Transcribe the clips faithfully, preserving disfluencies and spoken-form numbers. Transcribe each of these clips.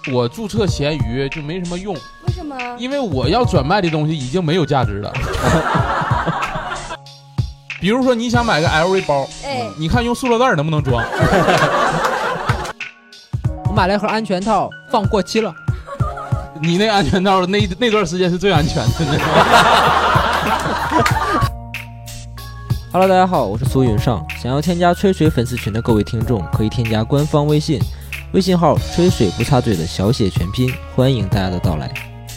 我注册闲鱼就没什么用。 为什么？ 因为我要转卖的东西已经没有价值了。比如说你想买个 L V 包，哎，你看用塑料袋能不能装？ 我买了一盒安全套，放过期了。 你那安全套那那段时间是最安全的。 Hello， 大家好，我是苏云上。想要添加吹水粉丝群的各位听众，可以添加官方微信，微信号吹水不插嘴的小写全拼，欢迎大家的到来。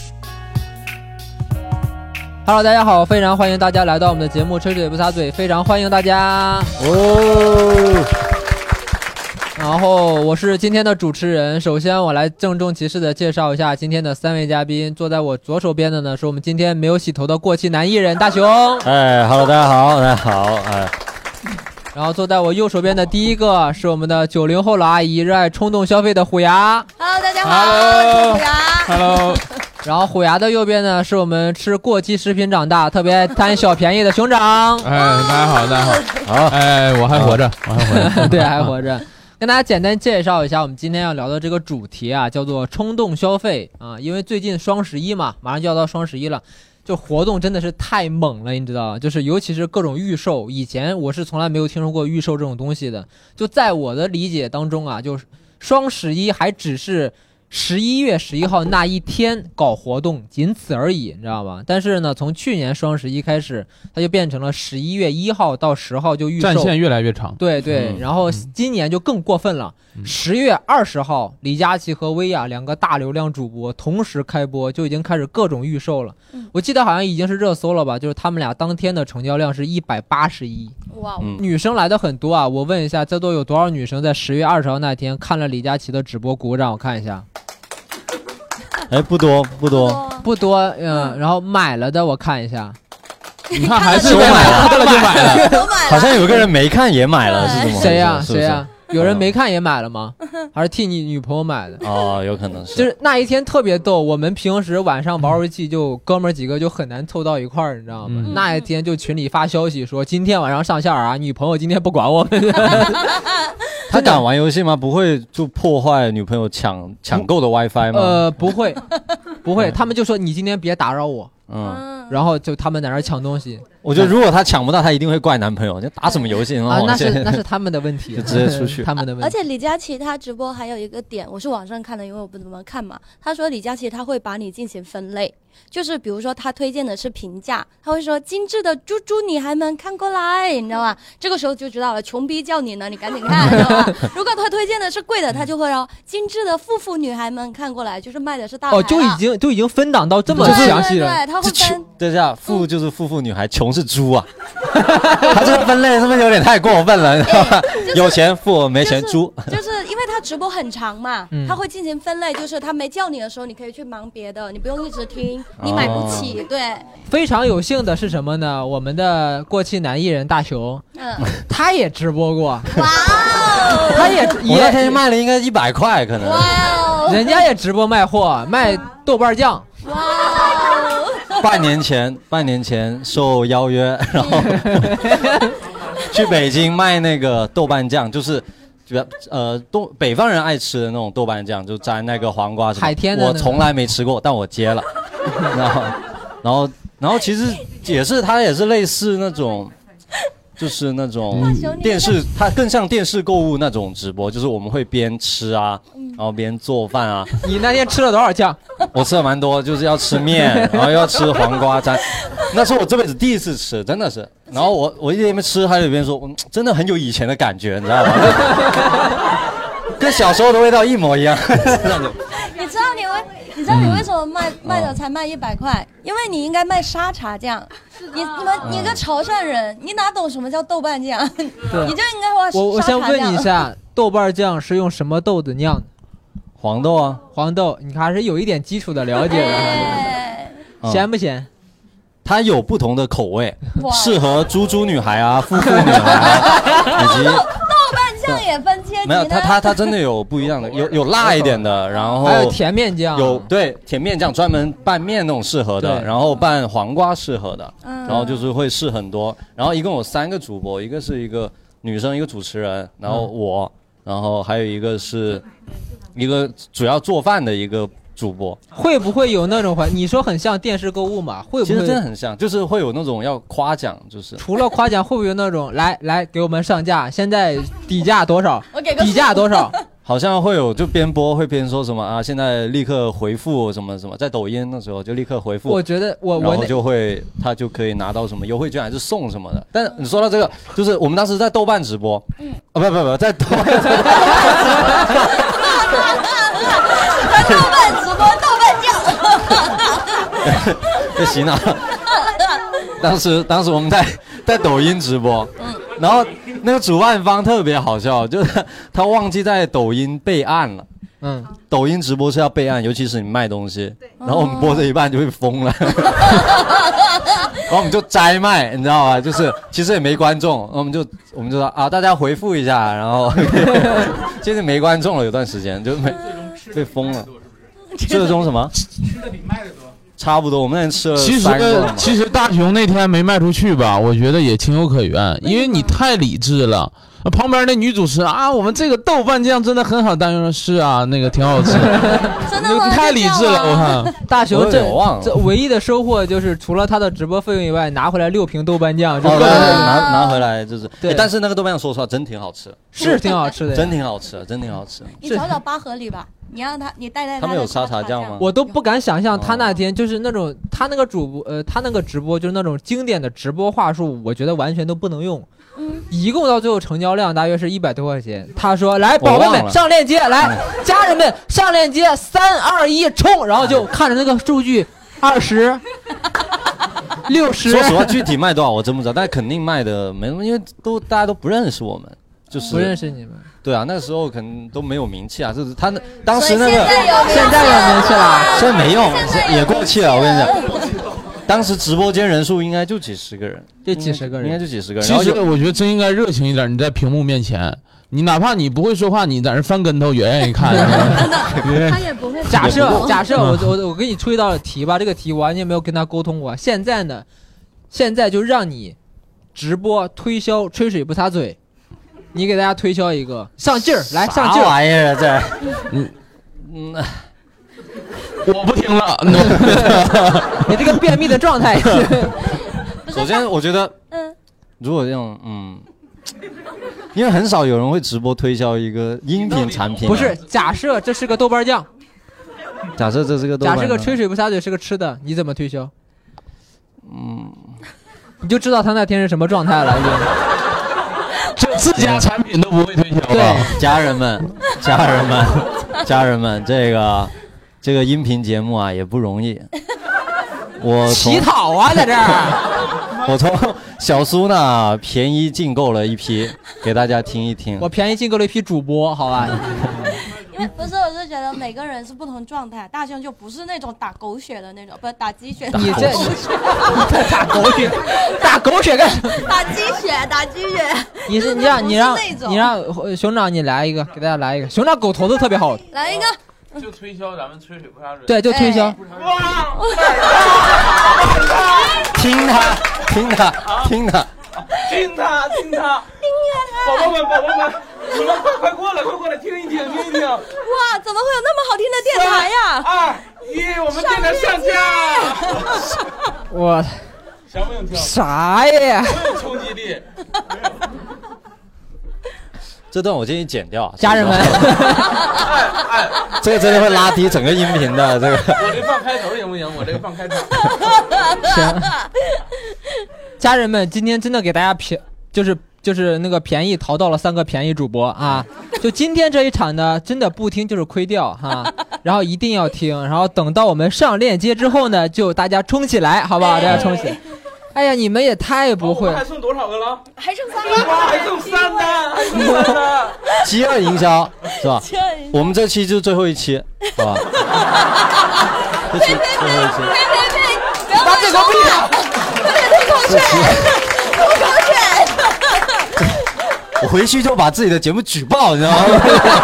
Hello， 大家好，非常欢迎大家来到我们的节目《吹水不插嘴》，非常欢迎大家哦。然后我是今天的主持人，首先我来郑重其事的介绍一下今天的三位嘉宾。坐在我左手边的呢，是我们今天没有洗头的过气男艺人大熊。 哎 ，Hello， 大家好，大家好，哎。 然后坐在我右手边的第一个是我们的九零后老阿姨，热爱冲动消费的虎牙。 Hello， 大家好，我是虎牙。 Hello。 然后虎牙的右边呢，是我们吃过期食品长大，特别贪小便宜的熊掌。 哎，大家好，大家好，好，哎，我还活着，我还活着， 对，还活着。跟大家简单介绍一下我们今天要聊的这个主题啊，叫做冲动消费啊。因为最近双十一嘛，马上就要到双十一了，就活动真的是太猛了，你知道，就是尤其是各种预售，以前我是从来没有听说过预售这种东西的。就在我的理解当中啊，就是双十一还只是十一月十一号那一天搞活动，仅此而已，你知道吧？但是呢，从去年双十一开始，它就变成了十一月一号到十号就预售， 战线越来越长。 对对，嗯、然后今年就更过分了，十、嗯、月二十号，李佳琦和薇娅两个大流量主播同时开播，就已经开始各种预售了。嗯、我记得好像已经是热搜了吧？就是他们俩当天的成交量是一百八十一。哇、嗯，女生来的很多啊！我问一下，在座有多少女生在十月二十号那天看了李佳琦的直播？鼓掌，我看一下。 哎，不多不多不多，嗯，然后买了的我看一下， 你看还是买了，看了就买了， 好像有个人没看也买了，是怎么？ 谁呀？谁呀？有人没看也买了吗？还是替你女朋友买的？ 哦，有可能是。 就是那一天特别逗，我们平时晚上玩游戏就哥们儿几个就很难凑到一块儿，你知道吗？嗯、那一天就群里发消息说今天晚上上线啊，女朋友今天不管我们。 他敢玩游戏吗？不会就破坏女朋友抢抢购的 WiFi 吗？ 呃，不会，不会。他们就说你今天别打扰我，嗯，然后就他们在那儿抢东西。 我觉得如果他抢不到，他一定会怪男朋友。就打什么游戏啊？那是那是他们的问题， 就直接出去。 他们的问题。 而且李佳琦他直播还有一个点，我是网上看的，因为我不怎么看嘛。他说李佳琦他会把你进行分类，就是比如说他推荐的是平价，他会说精致的猪猪女孩们看过来，你知道吗？这个时候就知道了，穷逼叫你呢，你赶紧看，知道吧？如果他推荐的是贵的，他就会让精致的富富女孩们看过来，就是卖的是大牌。 哦，就已经就已经分档到这么详细了。 对对对，他会分。 对下，富就是富富女孩，穷是猪啊。他这个分类是不是有点太过分了？你知道吗？有钱富，没钱猪。 就是因为他直播很长嘛，嗯、他会进行分类，就是他没叫你的时候，你可以去忙别的，你不用一直听，你买不起。哦、对。 非常有幸的是什么呢？我们的过气男艺人大熊，嗯，他也直播过。哇哦！ 他也我那天卖了应该一百块，可能。 哇哦！ 人家也直播卖货，卖豆瓣酱。哇哦！半年前，半年前受邀约，然后去北京卖那个豆瓣酱，就是呃东北方人爱吃的那种豆瓣酱，就沾那个黄瓜什么。 海天的。 我从来没吃过，但我接了。然后，然后，然后其实也是，它也是类似那种。就是那种电视，它更像电视购物那种直播，就是我们会边吃啊，然后边做饭啊。 你那天吃了多少酱？ 我吃了蛮多，就是要吃面，然后要吃黄瓜沾，那是我这辈子第一次吃，真的是。然后我我一边吃，还有一边说，嗯，真的很有以前的感觉，你知道吗？跟小时候的味道一模一样。 你知道你为你知道你为什么卖、嗯、卖的才卖一百块？因为你应该卖沙茶酱。你你们你个潮汕人，你哪懂什么叫豆瓣酱？你就应该花沙茶酱。 我我先问你一下，豆瓣酱是用什么豆子酿的？ 黄豆啊， 黄豆，你还是有一点基础的了解的。哎、咸不咸？ 它有不同的口味，适合猪猪女孩啊、富富女孩啊，以及。 酱也分阶级， 没有它它它真的有不一样的，有有辣一点的，然后还有甜面酱， 有对甜面酱专门拌面那种适合的，然后拌黄瓜适合的，嗯、然后就是会试很多，然后一共有三个主播，一个是一个女生，一个主持人，然后我，嗯、然后还有一个是一个主要做饭的一个主播。 会不会有那种环？你说很像电视购物嘛？会不会？ 其实真的很像，就是会有那种要夸奖，就是除了夸奖，会不会有那种来来给我们上架？现在底价多少？ 我给个底价多少？ 好像会有，就边播会边说什么啊，现在立刻回复什么什么，在抖音的时候就立刻回复。 我觉得我我然后就会他就可以拿到什么优惠券还是送什么的。但是你说到这个，就是我们当时在豆瓣直播，嗯，啊不不不，在豆瓣，在豆瓣直播，豆瓣酱， 被洗脑。当时当时我们在在抖音直播，嗯，然后那个主办方特别好笑，就是他忘记在抖音备案了。嗯，抖音直播是要备案，尤其是你卖东西，然后我们播着一半就会疯了，然后我们就摘麦，你知道吧？就是其实也没观众，然后我们就我们就说啊，大家回复一下，然后现在没观众了，有段时间就没被封了。最终什么？吃的比卖的多。差不多，我们那天吃了三个。 其实其实大熊那天没卖出去吧，我觉得也情有可原，因为你太理智了。旁边那女主持啊，我们这个豆瓣酱真的很好，大熊说是啊，那个挺好吃。 真的吗？ 太理智了，我看。 大熊这这唯一的收获就是除了他的直播费用以外，拿回来六瓶豆瓣酱。 哦，对对，拿拿回来就是。对，但是那个豆瓣酱说实话真挺好吃， 是挺好吃的， 真挺好吃，真挺好吃。 你找找八合里吧。你让他，你带带他。 他们有沙茶酱吗？ 我都不敢想象他那天就是那种他那个主播呃他那个直播就是那种经典的直播话术，我觉得完全都不能用。嗯，一共到最后成交量大约是一百多块钱。他说：“来，宝贝们上链接，来，家人们上链接，三二一冲！”然后就看着那个数据，二十、六十。 说实话，具体卖多少我真不知道，但肯定卖的没，因为都大家都不认识我们，就是不认识你们。 对啊，那个时候可能都没有名气啊，就是他那当时那个现在有名气了， 现在没用，也过气了。我跟你讲，当时直播间人数应该就几十个人， 就几十个人， 应该就几十个人。 其实我觉得真应该热情一点，你在屏幕面前，你哪怕你不会说话，你在那翻跟头也愿意看。 他也不会。 假设假设我我我给你出一道题吧，这个题我完全没有跟他沟通过。现在呢，现在就让你直播推销吹水不擦嘴。你给大家推销一个，上劲儿，来上劲儿！ 啥玩意儿这？嗯嗯，我不听了。 你这个便秘的状态。 首先，我觉得，嗯，如果这样，嗯，因为很少有人会直播推销一个音频产品。 不是，假设这是个豆瓣酱， 假设这是个豆瓣酱， 假设个吹水不擦嘴是个吃的，你怎么推销？ 嗯， 你就知道他那天是什么状态了，已经。 就自家产品都不会推销。 对， 家人们，家人们，家人们，这个这个音频节目啊也不容易。我乞讨啊，在这儿。 我从小苏呢便宜进购了一批，给大家听一听。 我便宜进购了一批主播，好吧。 因为不是，我是觉得每个人是不同状态。大熊就不是那种打狗血的那种，不是打鸡血。 你这打狗血，打狗血干什么？ 打鸡血，打鸡血。 你是你让你让你让熊掌你来一个，给大家来一个。熊掌狗头子特别好。 来一个。 就推销咱们吹水不擦嘴。 对，就推销。 听他，听他，听他。 听他，听他，宝宝们，宝宝们，你们快快过来，快过来，听一听，听一听。 哇，怎么会有那么好听的电台呀？ 二一，我们电台上架。 我想不想听？ 啥呀？ 有冲击力。 这段我建议剪掉， 家人们。 哎哎， 这个真的会拉低整个音频的。这个我这放开头行不行？我这个放开头。 行。家人们，今天真的给大家便，就是就是那个便宜淘到了三个便宜主播啊！就今天这一场呢，真的不听就是亏掉哈，然后一定要听，然后等到我们上链接之后呢，就大家冲起来，好不好？大家冲起来！哎呀，你们也太不会！ 哦、还剩多少个了？ 还剩三个， 哇，还剩三单，还剩三单！ 饥饿营销是吧？我们这期就是最后一期，好吧？这期最后一期。 呸呸呸！不要把这个闭上！ 吐口水，吐口水！ 我回去就把自己的节目举报，你知道吗？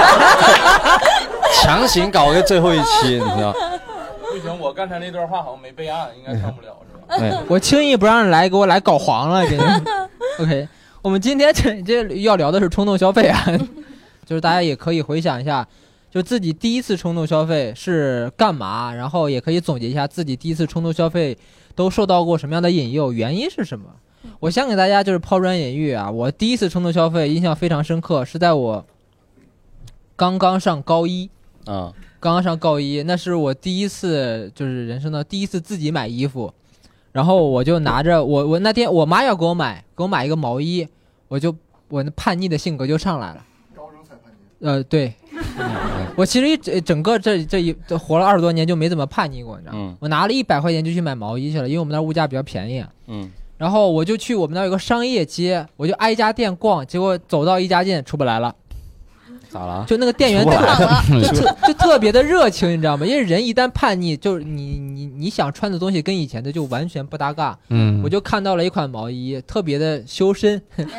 强行搞个最后一期，你知道？ 不行，我刚才那段话好像没备案，应该上不了是吧？ 哎，我轻易不让人来，给我来搞黄了，给你。OK， 我们今天这这要聊的是冲动消费啊，就是大家也可以回想一下， 就自己第一次冲动消费是干嘛，然后也可以总结一下自己第一次冲动消费都受到过什么样的引诱，原因是什么。我想给大家就是抛砖引玉啊，我第一次冲动消费印象非常深刻，是在我刚刚上高一啊， 刚刚上高一，那是我第一次就是人生的第一次自己买衣服，然后我就拿着我我那天我妈要给我买给我买一个毛衣，我就我那叛逆的性格就上来了。 高中才叛逆。 呃，对，我其实一整个这这一活了二十多年就没怎么叛逆过，你知道吗？ 嗯、 我拿了一百块钱就去买毛衣去了，因为我们那物价比较便宜。 嗯。 然后我就去我们那有个商业街，我就挨家店逛，结果走到一家店出不来了。 咋了？ 就那个店员就特就特别的热情，你知道吗？因为人一旦叛逆，就是你你你想穿的东西跟以前的就完全不搭嘎。 嗯， 我就看到了一款毛衣，特别的修身。 嗯、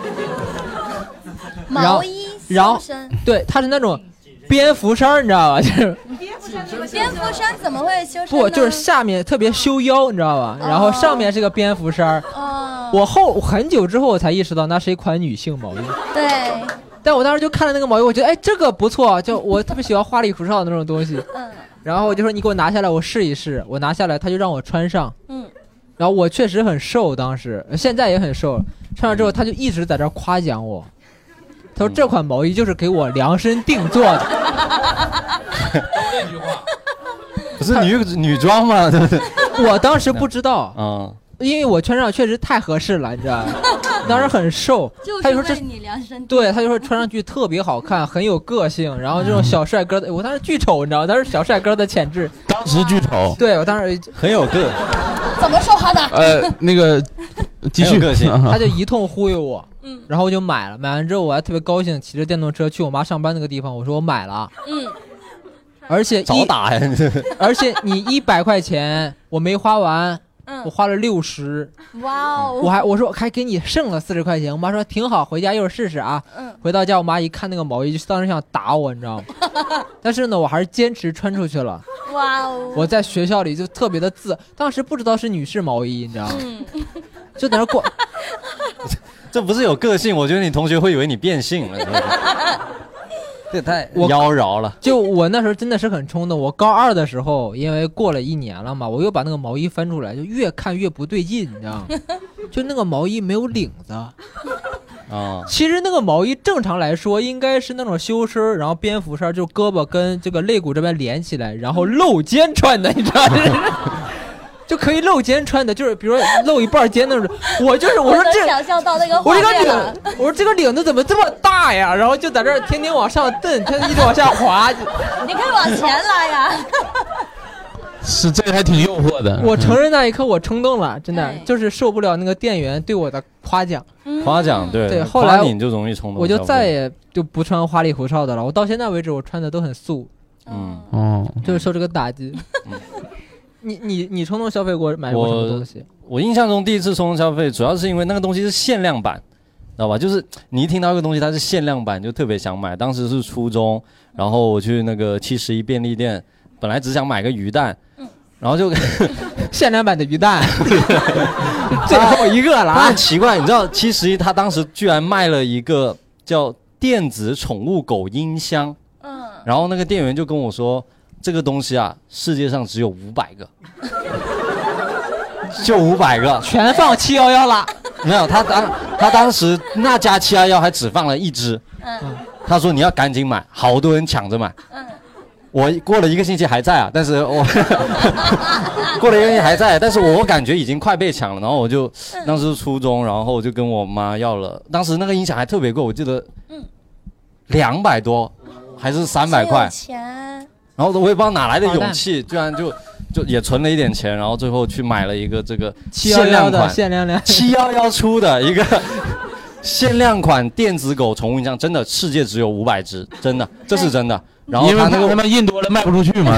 毛衣修身， 对，它是那种蝙蝠衫，你知道吧？就是蝙蝠衫怎么会修身呢？ 不，就是下面特别修腰，你知道吧？然后上面是个蝙蝠衫。 哦。 我后很久之后我才意识到那是一款女性毛衣。 对。 但我当时就看了那个毛衣，我觉得哎这个不错，就我特别喜欢花里胡哨的那种东西。嗯。然后我就说你给我拿下来，我试一试。我拿下来，他就让我穿上。嗯。然后我确实很瘦，当时现在也很瘦。穿上之后，他就一直在这夸奖我。他说这款毛衣就是给我量身定做的。 这句话不是女女装吗？对不对？ 我当时不知道， 嗯， 因为我穿上确实太合适了，你知道吗？当时很瘦， 他就说这你量身， 对，他就说穿上去特别好看，很有个性，然后这种小帅哥的，我当时巨丑，你知道吗？当时小帅哥的潜质， 当时巨丑， 对我当时很有个， 怎么说他的？ 呃，那个继续个性， 他就一通忽悠我。嗯，然后我就买了，买完之后我还特别高兴，骑着电动车去我妈上班那个地方，我说我买了，嗯，而且早打呀， 而且你一百块钱我没花完，嗯，我花了六十， 哇哦， 我还我说还给你剩了四十块钱，我妈说挺好，回家一会儿试试啊，嗯，回到家我妈一看那个毛衣，就当时想打我，你知道吗？但是呢，我还是坚持穿出去了， 哇哦， 我在学校里就特别的自，当时不知道是女士毛衣，你知道吗？嗯，就在那逛。 这不是有个性，我觉得你同学会以为你变性了。这太妖娆了。 就我那时候真的是很冲动，我高二的时候，因为过了一年了嘛，我又把那个毛衣翻出来，就越看越不对劲，你知道吗？就那个毛衣没有领子。啊，其实那个毛衣正常来说应该是那种修身，然后蝙蝠衫就胳膊跟这个肋骨这边连起来，然后露肩穿的，你知道吗？就可以露肩穿的，就是比如说露一半肩那种。我就是我说这， 想象到那个我这个领，我说这个领子怎么这么大呀？然后就在这儿天天往上蹬，它一直往下滑。 你可以往前拉呀。 是这个还挺诱惑的。 我承认那一刻我冲动了，真的就是受不了那个店员对我的夸奖。 夸奖对对，后来你就容易冲动， 我就再也就不穿花里胡哨的了。我到现在为止我穿的都很素。 嗯哦，就是受这个打击。你你你冲动消费过买过什么东西？ 我印象中第一次冲动消费，主要是因为那个东西是限量版，知道吧？就是你一听到一个东西它是限量版，就特别想买。当时是初中，然后我去那个七十一便利店，本来只想买个鱼蛋，嗯、然后就限量版的鱼蛋，最后一个了。 很奇怪，你知道七十一它当时居然卖了一个叫电子宠物狗音箱，嗯，然后那个店员就跟我说。这个东西啊，世界上只有五百个，就五百个， 全放七一一了。 没有，他当他当时那家七一一还只放了一只。嗯，他说你要赶紧买，好多人抢着买。嗯，我过了一个星期还在啊，但是我过了一个星期还在，但是我感觉已经快被抢了。然后我就当时是初中，然后我就跟我妈要了，当时那个音响还特别贵，我记得两百多还是三百块。然后我也不知道哪来的勇气，居然就就也存了一点钱，然后最后去买了一个这个限量款， 限量款七一一出的一个限量款电子狗宠物音箱，真的世界只有五百只，真的这是真的。然后他那个他们印多了卖不出去嘛，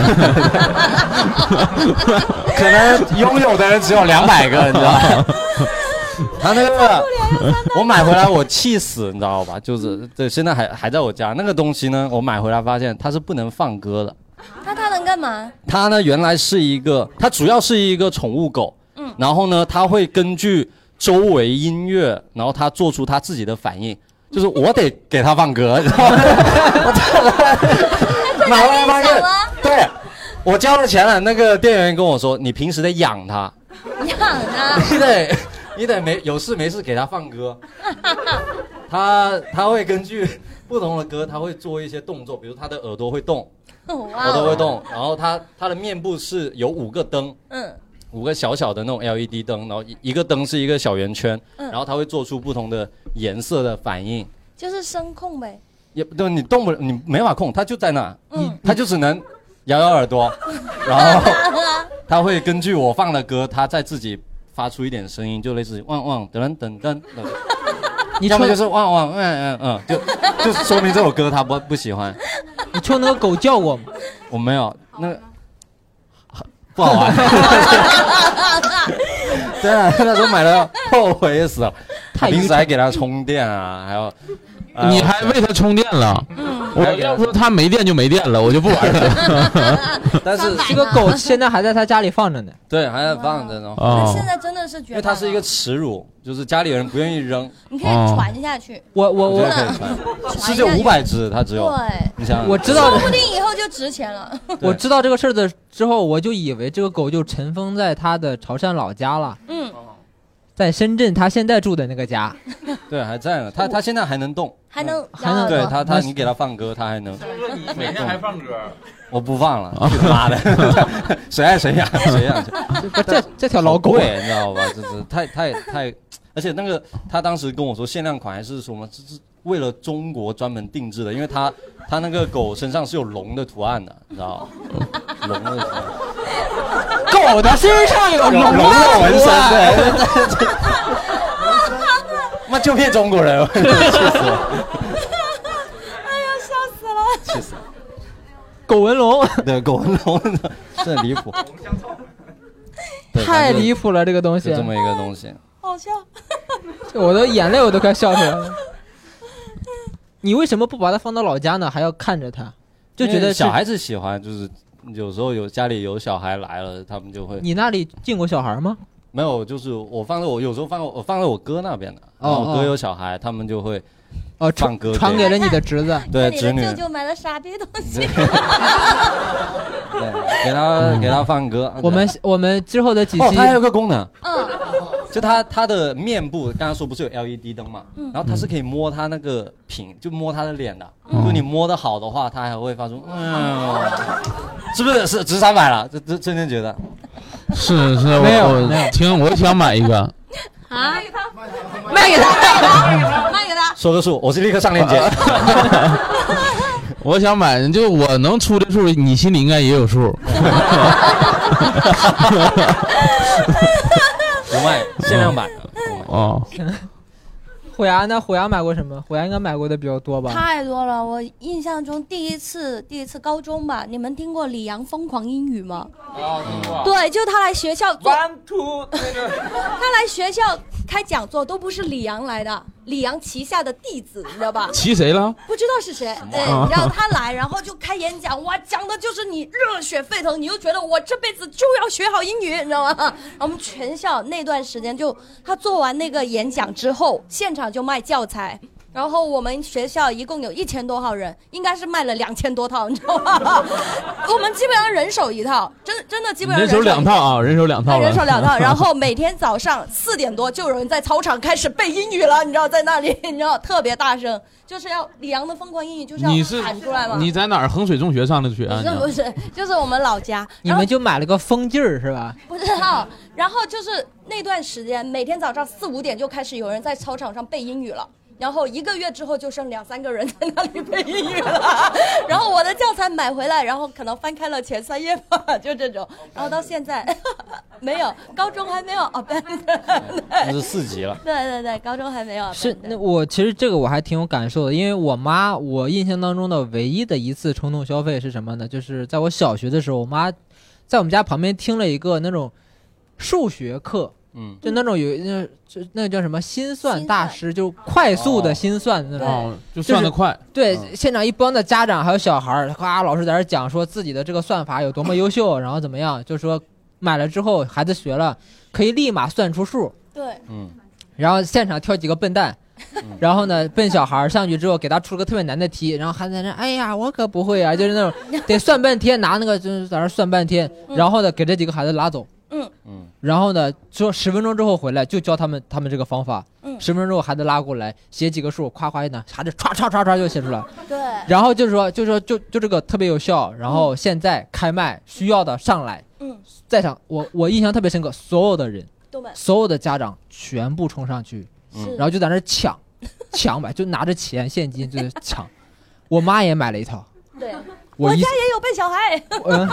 可能拥有的人只有两百个，你知道吗？他那个我买回来我气死，你知道吧？就是对，现在还还在我家那个东西呢，我买回来发现它是不能放歌的。 那它能干嘛？ 它呢，原来是一个，它主要是一个宠物狗，嗯，然后呢，它会根据周围音乐，然后它做出它自己的反应，就是我得给它放歌，你知道吗？ 买回来发现，对，我交了钱了，那个店员跟我说，你平时得养它， 养啊， 你得你得没有事没事给它放歌，它它会根据不同的歌，它会做一些动作，比如它的耳朵会动，耳朵会动，然后它它的面部是有五个灯，嗯。五个小小的那种 L E D 灯，然后一个灯是一个小圆圈，嗯、然后它会做出不同的颜色的反应， 就是声控呗。 也对，你动不，你没法控，它就在那，嗯，它就只能摇摇耳朵，然后它会根据我放的歌，它再自己发出一点声音，就类似汪汪噔噔噔，你要么就是汪汪嗯嗯嗯，就就说明这首歌它不不喜欢。 你冲那个狗叫过吗？ 我没有，那。不好玩，对啊，那时候买了后悔死了。他平时还给他充电啊，还有， 呃、你还为他充电了？嗯，我要说他没电就没电了，我就不玩了。 但是这个狗现在还在他家里放着呢。 对，还在放着呢。 哦，现在真的是绝， 因为它是一个耻辱，就是家里人不愿意扔。 你可以传下去。 我我我可以传，是就五百只，它只有。 对， 你想， 我知道， 说不定以后就值钱了。 我知道这个事儿的之后，我就以为这个狗就尘封在他的潮汕老家了。嗯。在深圳，他现在住的那个家， 对，还在呢。他他现在还能动， 还能还能对他他你给他放歌，他还能。 你每天还放歌？ 我不放了，去他妈的，谁爱谁养谁养去。 这这条老狗， 对，你知道吧？这是太太太，而且那个他当时跟我说限量款还是什么，这是为了中国专门定制的，因为他他那个狗身上是有龙的图案的，你知道吗？龙的图案。 狗的身上有龙的纹身，对，妈就骗中国人，气死我！ 哎呀，笑死了！ 气死了！ 狗纹龙， 对，狗纹龙，真的离谱， 太离谱了，这个东西， 这么一个东西， 好笑， 我的眼泪我都快笑出来了。你为什么不把它放到老家呢？还要看着它，就觉得小孩子喜欢，就是。有时候有家里有小孩来了，他们就会。 你那里进过小孩吗？ 没有，就是我放在我有时候放我放在我哥那边的。哦，我哥有小孩，他们就会哦放歌传给了你的侄子， 对侄女。 舅舅买了傻逼东西。 对，给他给他放歌。 我们我们之后的几期， 哦，它还有个功能，嗯，就他他的面部，刚刚说不是有 L E D 灯嘛，嗯，然后他是可以摸他那个屏，就摸他的脸的。如果你摸得好的话，他还会发出嗯。是不是是值三百了？这这真真觉得是是， 没有我挺我想买一个啊，卖给他，卖给他，卖给他， 说个数，我是立刻上链接。 我想买，就我能出的数，你心里应该也有数。 不卖，限量版的哦。 虎牙呢？虎牙买过什么？虎牙应该买过的比较多吧？ 太多了，我印象中第一次第一次高中吧，你们听过李阳疯狂英语吗？ 哦，听过。 对，就他来学校做 One two 那个， 他来学校开讲座都不是李阳来的，李阳旗下的弟子，你知道吧？ 骑谁了？ 不知道是谁。哎，然后他来，然后就开演讲，哇，讲的就是你热血沸腾，你就觉得我这辈子就要学好英语，你知道吗？然后我们全校那段时间就他做完那个演讲之后，现场就卖教材。然后我们学校一共有一千多号人，应该是卖了两千多套，你知道吗？我们基本上人手一套，真真的基本上人手两套啊，人手两套， 人手两套。然后每天早上四点多就有人在操场开始背英语了，你知道，在那里，你知道特别大声，就是要李阳的疯狂英语就是要喊出来嘛。 你在哪儿？衡水中学上的学啊？ 不是不是，就是我们老家。 你们就买了个风劲儿是吧？ 不知道。然后就是那段时间，每天早上四五点就开始有人在操场上背英语了。然后一个月之后就剩两三个人在那里背英语了，然后我的教材买回来，然后可能翻开了前三页吧，就这种，然后到现在没有，高中还没有 abandon， 那是四级了。 对对对，高中还没有 abandon。 是，那我其实这个我还挺有感受的，因为我妈，我印象当中的唯一的一次冲动消费是什么呢？就是在我小学的时候，我妈在我们家旁边听了一个那种数学课。嗯，就那种有那就那叫什么心算大师，就快速的心算那种， 哦、就算得快。 对，嗯、现场一帮的家长还有小孩，哗，老师在那讲说自己的这个算法有多么优秀，然后怎么样，就说买了之后孩子学了可以立马算出数。 对， 嗯， 然后现场挑几个笨蛋， 然后呢，笨小孩上去之后给他出了个特别难的题，然后还在那，哎呀，我可不会啊，就是那种得算半天，拿那个就是在那算半天，然后呢给这几个孩子拉走， 嗯嗯， 然后呢说十分钟之后回来就教他们他们这个方法， 嗯， 十分钟之后孩子拉过来写几个数，夸夸一拿，孩子唰唰唰唰就写出来， 对， 然后就是说就是说就就这个特别有效，然后现在开麦需要的上来， 嗯， 在场我我印象特别深刻，所有的人都买， 所有的家长全部冲上去， 是， 然后就在那抢。抢买就拿着钱现金就是抢，我妈也买了一套， 对， 我, 我家也有笨小孩，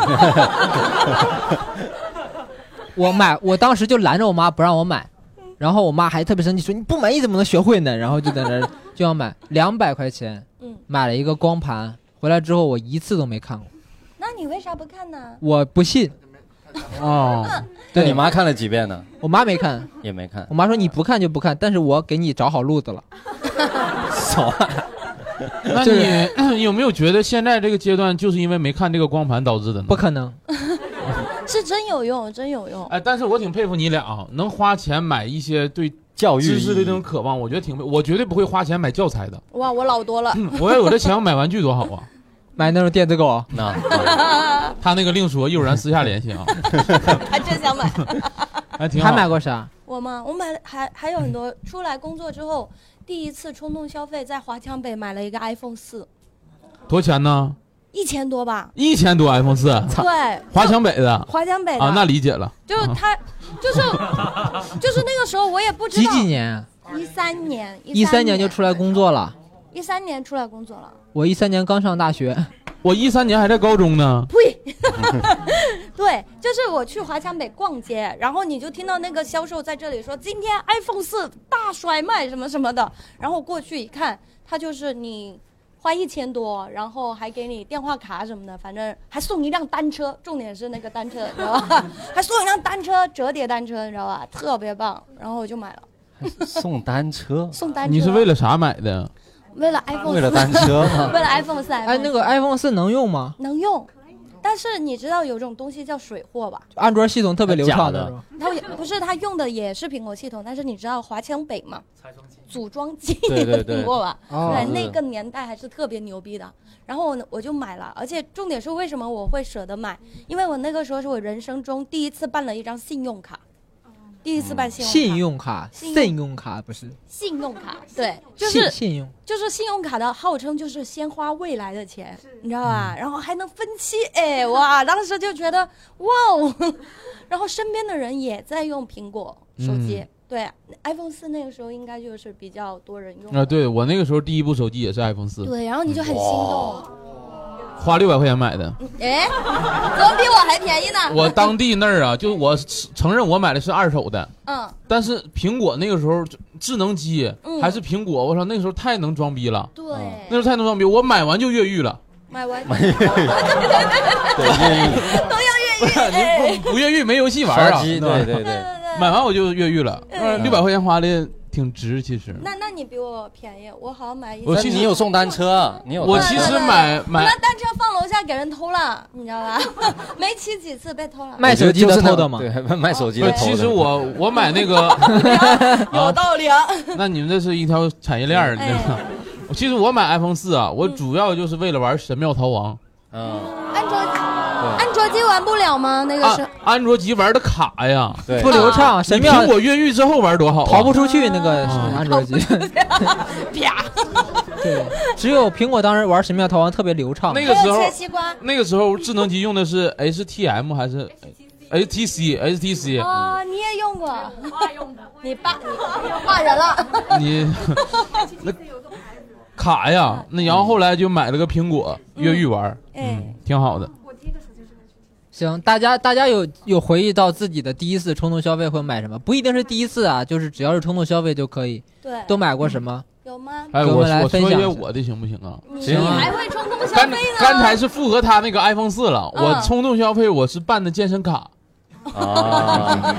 嗯、我买，我当时就拦着我妈不让我买，然后我妈还特别生气说你不买你怎么能学会呢？然后就在那就要买两百块钱， 嗯， 买了一个光盘，回来之后我一次都没看过。 那你为啥不看呢？ 我不信。 哦， 对，你妈看了几遍呢？ 我妈没看， 也没看。 我妈说你不看就不看，但是我给你找好路子了。 少。 那你你有没有觉得现在这个阶段就是因为没看这个光盘导致的呢？ 不可能， 是真有用，真有用。 哎，但是我挺佩服你俩啊，能花钱买一些对教育知识的这种渴望，我觉得挺，我绝对不会花钱买教材的。 哇，我老多了。 我要有这钱，我买玩具多好啊！ 买那种电子狗， 那他那个另说，一会儿咱私下联系啊。 还真想买， 还挺好。 还买过啥？ 我吗？我买了，还还有很多。出来工作之后，第一次冲动消费，在华强北买了一个 iPhone 四， 多少钱呢？ 一千多吧。 一千多 iPhone 四， 对， 华强北的。 华强北的啊，那理解了。 就是他，就是就是那个时候我也不知道。 几几年？ 一三年。 一三年就出来工作了。 一三年出来工作了。 我一三年刚上大学， 我一三年还在高中呢。 呸！对，就是我去华强北逛街，然后你就听到那个销售在这里说今天 iPhone 四大甩卖什么什么的，然后过去一看，他就是你花一千多，然后还给你电话卡什么的，反正还送一辆单车，重点是那个单车，你知道吧？还送一辆单车，折叠单车，你知道吧？特别棒，然后我就买了。 送单车？ 送单车？ 你是为了啥买的？ 为了 iPhone 四。 为了单车吗？ 为了 iPhone 四。 哎，那个 iPhone 四能用吗？ 能用，但是你知道有种东西叫水货吧？ 安卓系统特别流畅的。 它不是，它用的也是苹果系统，但是你知道华强北嘛？组装机对对对， 苹果吧？ 哦、 对，那个年代还是特别牛逼的。然后我我就买了，而且重点是为什么我会舍得买？因为我那个时候是我人生中第一次办了一张信用卡。第一次办信用卡， 信用卡，信用卡不是信用卡，对，就是信用， 就是信用卡的号称就是先花未来的钱，你知道吧？然后还能分期，哎，哇，当时就觉得哇哦，然后身边的人也在用苹果手机，嗯、对 ，iPhone 四那个时候应该就是比较多人用啊，对我那个时候第一部手机也是 iPhone 四， 对，然后你就很心动。 花六百块钱买的， 哎，怎么比我还便宜呢？ 我当地那儿啊，就我承认我买的是二手的， 嗯， 但是苹果那个时候智能机、嗯、还是苹果，我操，那个时候太能装逼了， 对， 那时候太能装逼，我买完就越狱了， 买完买越狱，对，越狱都要越狱， 你不不越狱没游戏玩啊， 对对对对， 买完我就越狱了，六百块钱花的。挺值，其实。 那那你比我便宜，我好像买一。 我其实你有送单车，你有。 我其实买买。 那单车放楼下给人偷了，你知道吧？没骑几次被偷了。 卖手机的偷的吗？ 对，卖手机的偷的。 其实我我买那个有道理啊。 那你们这是一条产业链儿，你知道吗？其实我买 iPhone 四啊，我主要就是为了玩神庙逃亡。 嗯。 安卓安卓机玩不了吗？那个是安卓机玩的卡呀， 不流畅。神庙苹果越狱之后玩多好， 逃不出去那个安卓机。 啪。 对，只有苹果当时玩神庙逃亡特别流畅。 那个时候切西瓜， 那个时候智能机用的是 H T M 还是 H T C H T C？ 哦，你也用过？我爸用的。你爸你骂人了？ 你那卡呀，那然后后来就买了个苹果越狱玩，嗯，挺好的。 行，大家大家有有回忆到自己的第一次冲动消费会买什么？不一定是第一次啊，就是只要是冲动消费就可以。 对， 都买过什么？ 有吗？ 哎，我我说一些我的行不行啊？ 行啊。你还会冲动消费呢？ 刚才是符合他那个 iPhone 四了， 嗯、 我冲动消费我是办的健身卡。 啊，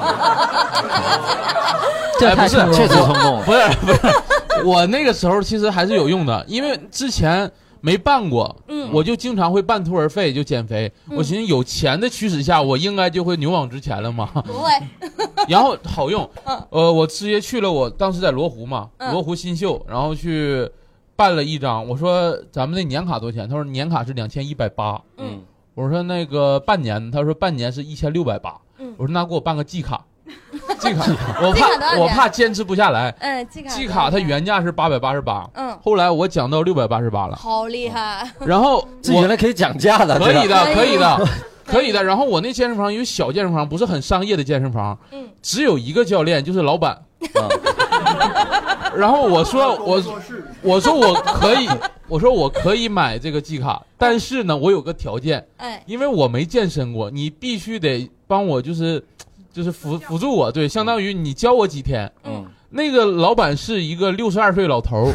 这太确实冲动， 不是不是，我那个时候其实还是有用的，因为之前没办过， 嗯， 我就经常会半途而废，就减肥。 嗯、 我寻思有钱的驱使下，我应该就会勇往直前了嘛。 不会， 然后好用， 嗯、 呃，我直接去了，我当时在罗湖嘛， 嗯、 罗湖新秀，然后去办了一张。我说咱们那年卡多少钱？他说年卡是两千一百八。 嗯， 我说那个半年，他说半年是一千六百八。 嗯， 我说那给我办个季卡。季卡，我怕我怕坚持不下来。 嗯，季卡季卡它原价是八百八十八， 嗯， 后来我讲到六百八十八了， 好厉害。 然后这原来可以讲价的， 可以的，可以的，可以的。然后我那健身房有小健身房，不是很商业的健身房， 嗯， 只有一个教练，就是老板。然后我说我我说我可以，我说我可以买这个季卡，但是呢，我有个条件， 哎， 因为我没健身过，你必须得帮我就是。就是辅辅助我，对，相当于你教我几天。 嗯， 那个老板是一个六十二岁老头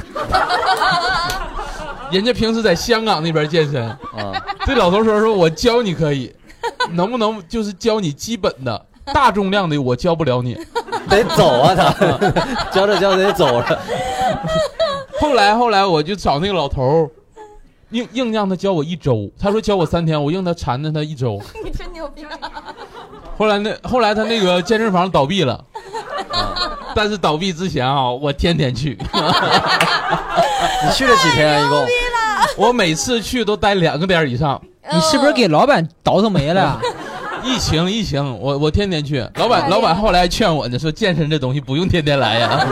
人家平时在香港那边健身。啊，这老头说说我教你可以，能不能就是教你基本的，大重量的我教不了你， 得走啊他，教着教着得走了。 后来后来我就找那个老头硬硬让他教我一周，他说教我三天，我硬他缠着他一周。 你真牛逼啊！ 后来那后来他那个健身房倒闭了，但是倒闭之前啊，我天天去。 你去了几天啊？一共？ 我每次去都待两个点以上。 你是不是给老板倒腾没了呀？ 疫情疫情，我我天天去。老板老板后来还劝我呢，说健身这东西不用天天来呀。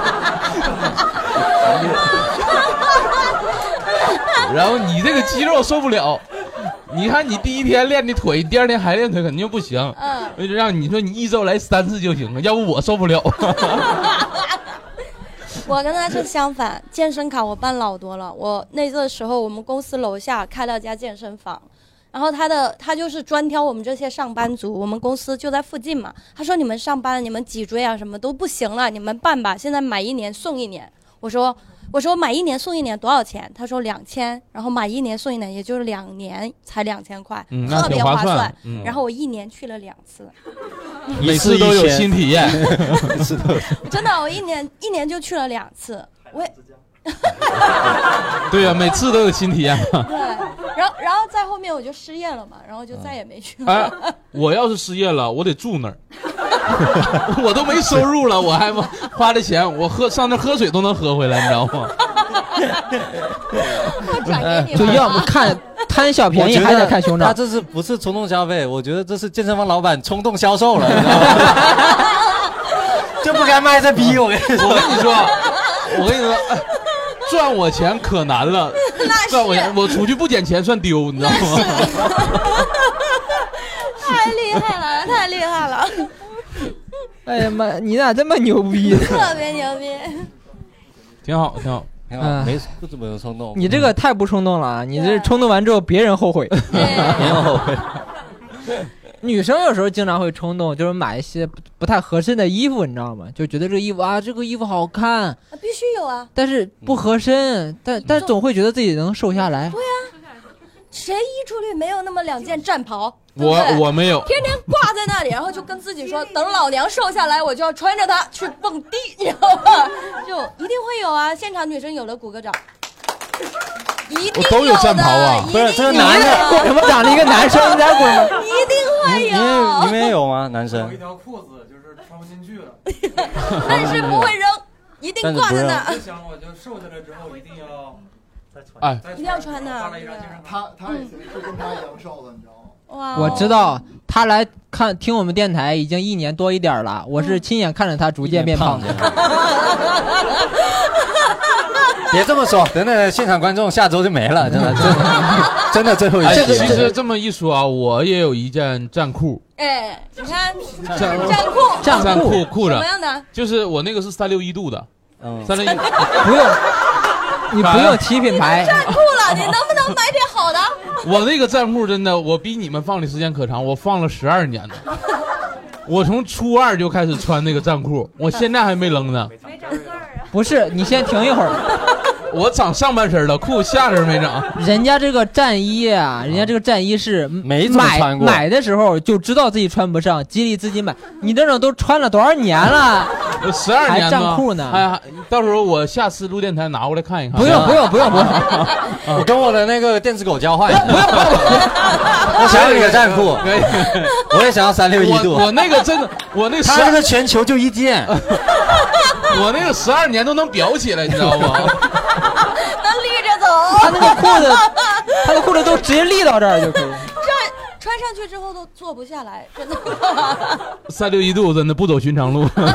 然后你这个肌肉受不了。你看你第一天练的腿，第二天还练腿肯定不行。嗯，我就让你说你一周来三次就行了，要不我受不了。 我跟他是相反，健身卡我办老多了。我那个时候我们公司楼下开了家健身房，然后他的他就是专挑我们这些上班族，我们公司就在附近嘛。他说你们上班你们脊椎啊什么都不行了，你们办吧，现在买一年送一年。我说。我说买一年送一年多少钱？他说两千，然后买一年送一年，也就是两年才两千块， 嗯， 特别划算。 嗯、 然后我一年去了两次， 每次都有新体验。 真的，我一年一年就去了两次。我也对呀、啊，每次都有新体验。 对，然后然后在后面我就失业了嘛，然后就再也没去了。 哎，我要是失业了，我得住那儿。我都没收入了，我还花的钱，我喝上那喝水都能喝回来，你知道吗？ 我转给你就要不看贪小便宜，还得看胸罩。 他这是不是冲动消费？我觉得这是健身房老板冲动销售了，你知道吗？就不该卖这逼！我跟你说， 我跟你说，我跟你说，赚我钱可难了，赚我钱，我出去不捡钱算丢，你知道吗？ 太厉害了，太厉害了！ 哎呀妈，你咋这么牛逼？ 特别牛逼， 挺好，挺好， 挺好，没不怎么有冲动。 你这个太不冲动了啊！你这冲动完之后，别人后悔， 别人后悔。 女生有时候经常会冲动，就是买一些不太合身的衣服，你知道吗？就觉得这个衣服啊，这个衣服好看， 啊、必须有啊， 但是不合身，但但总会觉得自己能瘦下来。 对啊，谁衣橱里没有那么两件战袍？ 我我没有， 天天挂在那里，然后就跟自己说，等老娘瘦下来，我就要穿着它去蹦迪，你知道吗？就一定会有啊！现场女生有了鼓个掌。一定有的， 都有战袍啊！ 不是这个男的， 滚什么长了一个男生在滚吗？ 一定会有。 你们你们也有吗？男生？ 有一条裤子就是穿不进去了， 但是不会扔，一定挂在那。 就想我就瘦下来之后一定要再穿， 哎， 一定要穿的。 他他也是跟他一样瘦的，你知道吗？ 哇！ 我知道他来看听我们电台已经一年多一点了，我是亲眼看着他逐渐变胖的。 别这么说，等等，现场观众下周就没了，真的，真的，真的最后一期。 哎， 其实这么一说啊，我也有一件战裤。 哎，你看， 战战裤， 战裤裤子， 什么样的？ 就是我那个是三六一度的，嗯，三六一， 不用，你不用提品牌。 战裤了，你能不能买点好的？ 我那个战裤真的，我比你们放的时间可长，我放了十二年了。我从初二就开始穿那个战裤，我现在还没扔呢。 没长个儿啊！ 不是，你先停一会儿。 我长上半身了，裤子下身没长。 人家这个战衣啊，人家这个战衣是没怎么穿过， 买的时候就知道自己穿不上，激励自己买。你这种都穿了多少年了？ 十二年还战裤呢？ 哎呀，到时候我下次录电台拿过来看一看。 不用不用不用不用， 我跟我的那个电子狗交换一下。不用不用，我想要你的战裤，我也想要三六一度。 我那个真的，我那个他那个全球就一件， 我那个十二年都能裱起来，你知道吗？ 能立着走。 他那个裤子，他的裤子都直接立到这儿就可以。 穿上去之后都坐不下来，真的。 三六一度真的不走寻常路。质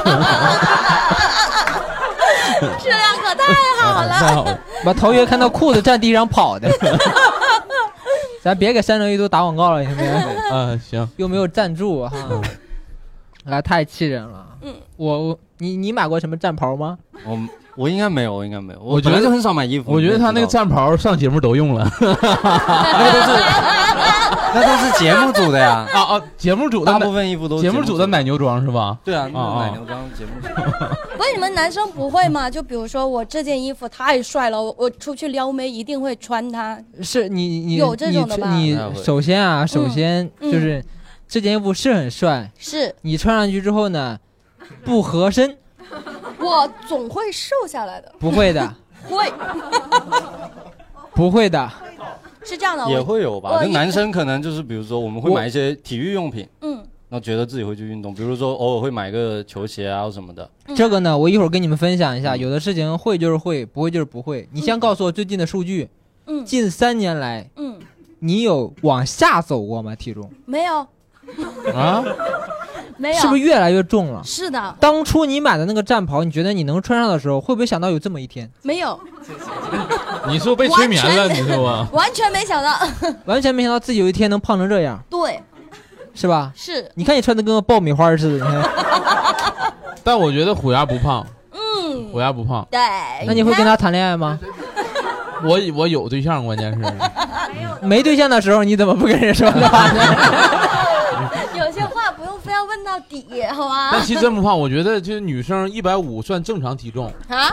量可太好了， 太好了！ 把头爷看到裤子站地上跑的。咱别给三六一度打广告了，行不行？ 啊，行。 又没有赞助哈，啊，太气人了。嗯，我我你你买过什么战袍吗？ 我我应该没有，我应该没有。 我觉得就很少买衣服。 我觉得他那个战袍上节目都用了。 那都是那都是节目组的呀。 啊啊，节目组的大部分衣服都是节目组的奶牛装是吧？ 对啊，奶牛装节目组。 不是你们男生不会吗？就比如说我这件衣服太帅了，我我出去撩妹一定会穿它。 是你你有这种的吧？ 你首先啊，首先就是、嗯、这件衣服是很帅， 是你穿上去之后呢，不合身。 我总会瘦下来的。 不会的。 会。 不会的。 是这样的。 也会有吧？就男生可能就是比如说我们会买一些体育用品，嗯，然后觉得自己会去运动，比如说偶尔会买个球鞋啊什么的。 嗯、这个呢，我一会儿跟你们分享一下。有的事情会就是会，不会就是不会。你先告诉我最近的数据。嗯。近三年来，嗯，你有往下走过吗？体重？ 没有。 啊？ 没有。 是不是越来越重了？ 是的。 当初你买的那个战袍，你觉得你能穿上的时候，会不会想到有这么一天？ 没有。 你是不是被催眠了？你是吧？ 完全没想到。 完全没想到自己有一天能胖成这样。 对。 是吧？ 是。 你看你穿的跟个爆米花似的，你看。 但我觉得虎牙不胖。嗯。虎牙不胖。 对。 那你会跟他谈恋爱吗？ 我我有对象，关键是。 没对象的时候你怎么不跟人说的话呢？ 有些话不用非要问到底，好吗？ 但其实真不胖，我觉得就是女生一百五算正常体重啊。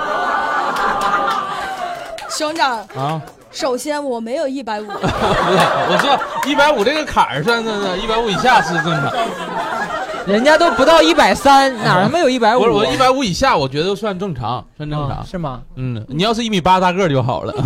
兄长啊， 首先我没有一百五，不是， 我说一百五这个坎儿算算算，一百五以下是正常。 人家都不到一百三，哪他妈有一百五？ 不是，我一百五以下，我觉得算正常，算正常， 哦、是吗？ 嗯，你要是一米八大个就好了。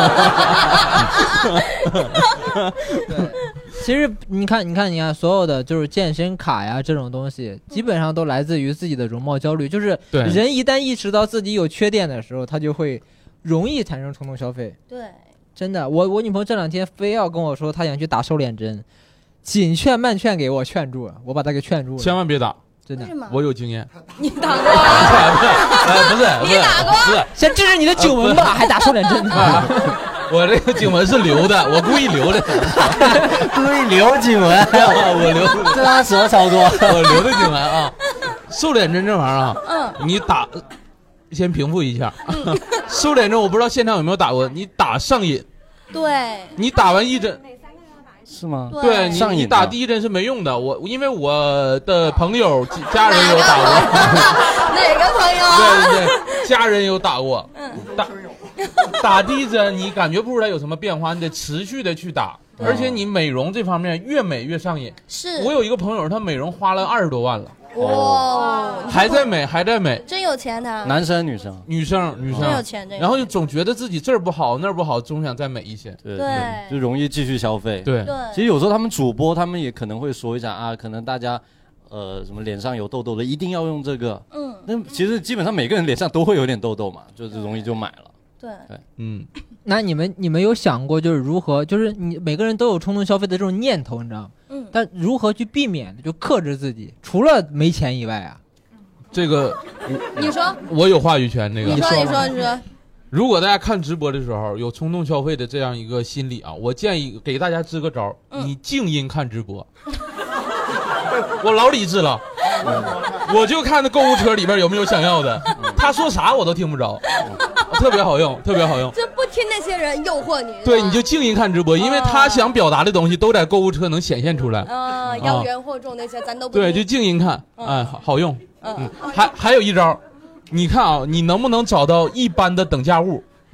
对，其实你看，你看，你看，所有的就是健身卡呀这种东西，基本上都来自于自己的容貌焦虑。就是人一旦意识到自己有缺点的时候，他就会容易产生冲动消费。 对， 真的，我我女朋友这两天非要跟我说她想去打瘦脸针。紧劝慢劝给我劝住了，我把他给劝住了。 千万别打， 真的， 我有经验。 你打过？ 不是， 你打过？ 不是， 先治治你的颈纹吧，还打瘦脸针呢。 我这个颈纹是留的，我故意留的， 故意留颈纹， 我留， 这他什么操作？ 我留的颈纹啊。瘦脸针这玩意儿啊，嗯，你打，先平复一下。瘦脸针我不知道现场有没有打过，你打上瘾。 对。 你打完一针。 是吗？ 对，你你打第一针是没用的。我因为我的朋友家人有打过。 哪个朋友？ 对对对，家人有打过。嗯，打打第一针你感觉不出来有什么变化，你得持续的去打，而且你美容这方面越美越上瘾。 是我有一个朋友，他美容花了二十多万了。 哇， 还在美，还在美， 真有钱的。 男生女生？ 女生，女生真有钱， 然后就总觉得自己这儿不好那儿不好，总想再美一些。 对对，就容易继续消费。 对对， 其实有时候他们主播他们也可能会说一下啊，可能大家呃什么脸上有痘痘的一定要用这个。嗯，那其实基本上每个人脸上都会有点痘痘嘛，就是容易就买了。 对对， 嗯。 那你们你们有想过就是如何，就是你每个人都有冲动消费的这种念头，你知道吗？嗯。但如何去避免，就克制自己，除了没钱以外啊。 这个， 你说， 我有话语权。这个， 你说，你说，你说。 如果大家看直播的时候有冲动消费的这样一个心理啊，我建议给大家支个招，嗯、你静音看直播。我老理智了，我就看那购物车里边有没有想要的，他说啥我都听不着，特别好用，特别好用。 就不听那些人诱惑你。 对，你就静音看直播，因为他想表达的东西都在购物车能显现出来。 啊，妖言惑众那些咱都不听。 对，就静音看，哎，好好用。嗯，还还有一招，你看啊，你能不能找到一般的等价物？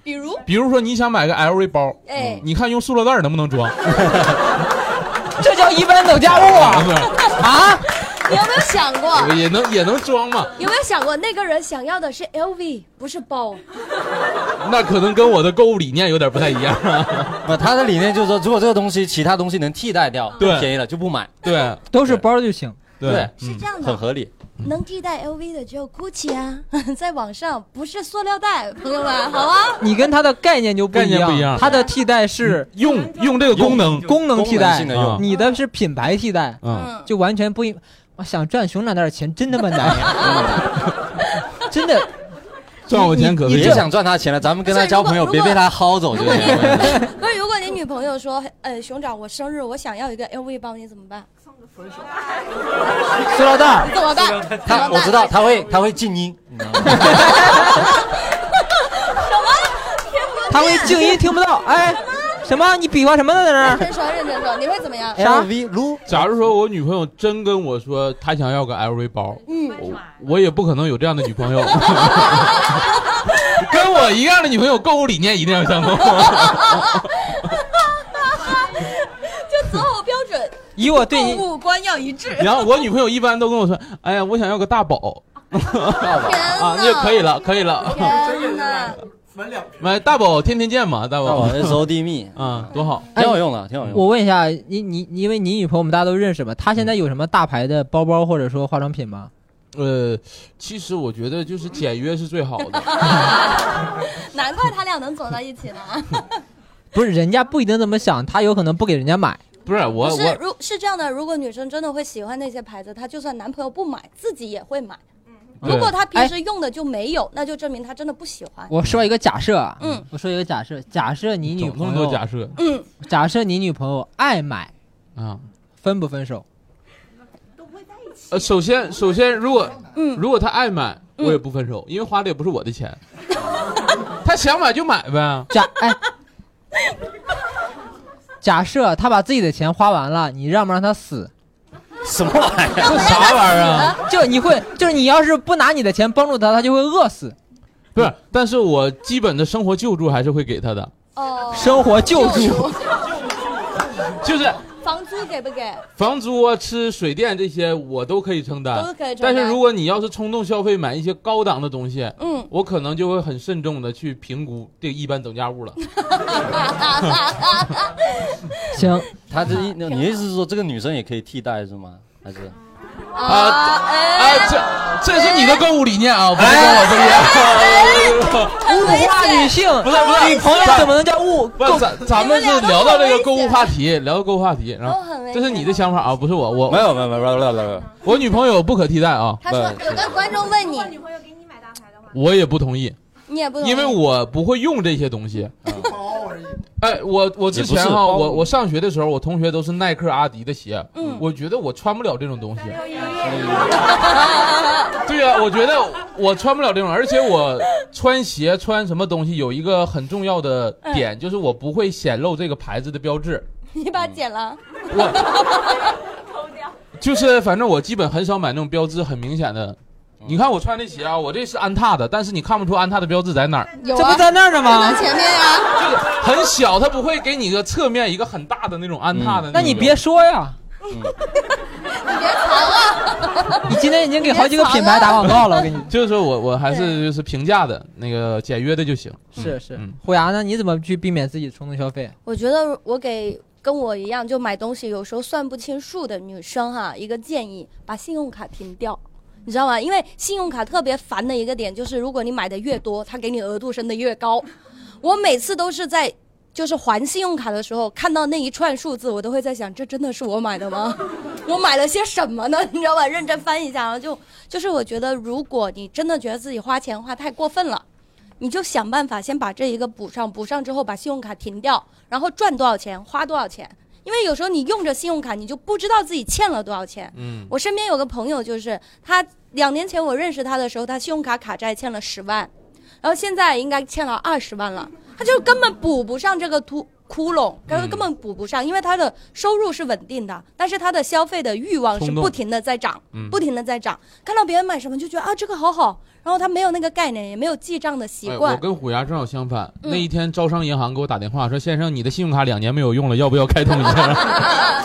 比如， 比如说你想买个 L V 包， 哎， 你看用塑料袋能不能装？ 这叫一般等价物啊！啊， 你有没有想过？ 也能也能装嘛？ 有没有想过那个人想要的是 L V， 不是包？ 那可能跟我的购物理念有点不太一样。 不，他的理念就是说，如果这个东西其他东西能替代掉， 对， 便宜了就不买。 对， 都是包就行。 对， 是这样的， 很合理。 能替代 L V 的只有 Gucci 啊，在网上不是塑料袋，朋友们，好啊。 你跟他的概念就不一样， 不一样。 他的替代是用用这个功能功能替代， 用你的是品牌替代， 嗯， 就完全不一。我想赚熊掌那点钱真他妈难呀，真的。 赚我钱可别想赚他钱了，咱们跟他交朋友，别被他薅走就行。 不是，如果你女朋友说，呃，熊掌，我生日我想要一个 L V 包，你怎么办？ 分手。 塑料袋怎么办？ 他我知道他会他会静音，你知道吗？ 什么？ 他会静音听不到。哎，什么？你比划什么呢在那儿？ 认真说，认真说，你会怎么样 ？L V 撸。 假如说我女朋友真跟我说她想要个 L V 包，嗯，我, 我也不可能有这样的女朋友。跟我一样的女朋友，购物理念一定要相同。 就择偶标准， 以我对你购物观要一致。 然后我女朋友一般都跟我说：“哎呀，我想要个大宝。”啊，那就可以了，可以了。 天哪！ 买大宝天天见嘛，大宝 S O D 蜜啊，多好， 挺好用的，挺好用的。 我问一下，你你因为你女朋友我们大家都认识嘛，她现在有什么大牌的包包或者说化妆品吗？ 呃，其实我觉得就是简约是最好的。 难怪他俩能走到一起呢。 不是，人家不一定这么想，他有可能不给人家买。 不是我， 不是，如是这样的，如果女生真的会喜欢那些牌子，她就算男朋友不买，自己也会买。如果她平时用的就没有，那就证明她真的不喜欢。 我说一个假设啊， 嗯， 我说一个假设，假设你女朋友， 假设， 嗯， 假设你女朋友爱买， 啊， 分不分手？ 呃，首先，首先，如果，嗯，如果他爱买，我也不分手，因为花的也不是我的钱，他想买就买呗。 假哎，假设他把自己的钱花完了，你让不让他死？ 什么玩意儿？ 这啥玩意儿啊？ 就你会，就是你要是不拿你的钱帮助他，他就会饿死。 不是，但是我基本的生活救助还是会给他的。 哦， 生活救助， 就是。 房租给不给？ 房租啊、吃水电这些我都可以承担， 都可以承担。 但是如果你要是冲动消费买一些高档的东西， 嗯， 我可能就会很慎重的去评估这个一般等价物了。 行， 他这一，你的意思是说这个女生也可以替代是吗？还是？ 啊啊！这这是你的购物理念啊，不是跟我不一样。 物化女性， 不是不是， 女朋友怎么能叫物？ 不是，咱咱们是聊到这个购物话题，聊到购物话题，然后这是你的想法啊，不是我，我没有没有没有没有没有没有， 我女朋友不可替代啊。 他说有的观众问你， 女朋友给你买大牌的话， 我也不同意。 你也不同意， 因为我不会用这些东西。哎，我我之前哈，我我上学的时候，我同学都是耐克、阿迪的鞋，嗯，我觉得我穿不了这种东西。对呀、啊，我觉得我穿不了这种，而且我穿鞋穿什么东西有一个很重要的点，嗯、就是我不会显露这个牌子的标志。 你把它剪了？ 我就是反正我基本很少买那种标志很明显的。你看我穿这鞋啊，我这是安踏的，但是你看不出安踏的标志在哪儿。 有、啊， 这不在那儿呢吗？ 在前面呀、啊， 就是很小，它不会给你个侧面一个很大的那种安踏的、嗯。 那你别说呀， 嗯、你别藏啊！ 你今天已经给好几个品牌打广告了，我跟你。 就是说我我还是就是平价的那个简约的就行。 是是，嗯、虎牙呢？你怎么去避免自己冲动消费？ 我觉得我给跟我一样就买东西有时候算不清数的女生哈一个建议，把信用卡停掉。你知道吗？因为信用卡特别烦的一个点就是，如果你买的越多，它给你额度升的越高。我每次都是在就是还信用卡的时候，看到那一串数字，我都会在想，这真的是我买的吗？我买了些什么呢？你知道吧？认真翻一下，然后就就是我觉得，如果你真的觉得自己花钱花太过分了，你就想办法先把这一个补上，补上之后把信用卡停掉，然后赚多少钱花多少钱。因为有时候你用着信用卡，你就不知道自己欠了多少钱。嗯，我身边有个朋友，就是他两年前我认识他的时候，他信用卡卡债欠了十万，然后现在应该欠了二十万了，他就根本补不上这个突窟窿，根本根本补不上，因为他的收入是稳定的，但是他的消费的欲望是不停的在涨，不停的在涨。看到别人买什么就觉得啊这个好好，然后他没有那个概念，也没有记账的习惯。 哎、我跟虎牙正好相反，嗯、那一天招商银行给我打电话说：“先生，你的信用卡两年没有用了，要不要开通一下？”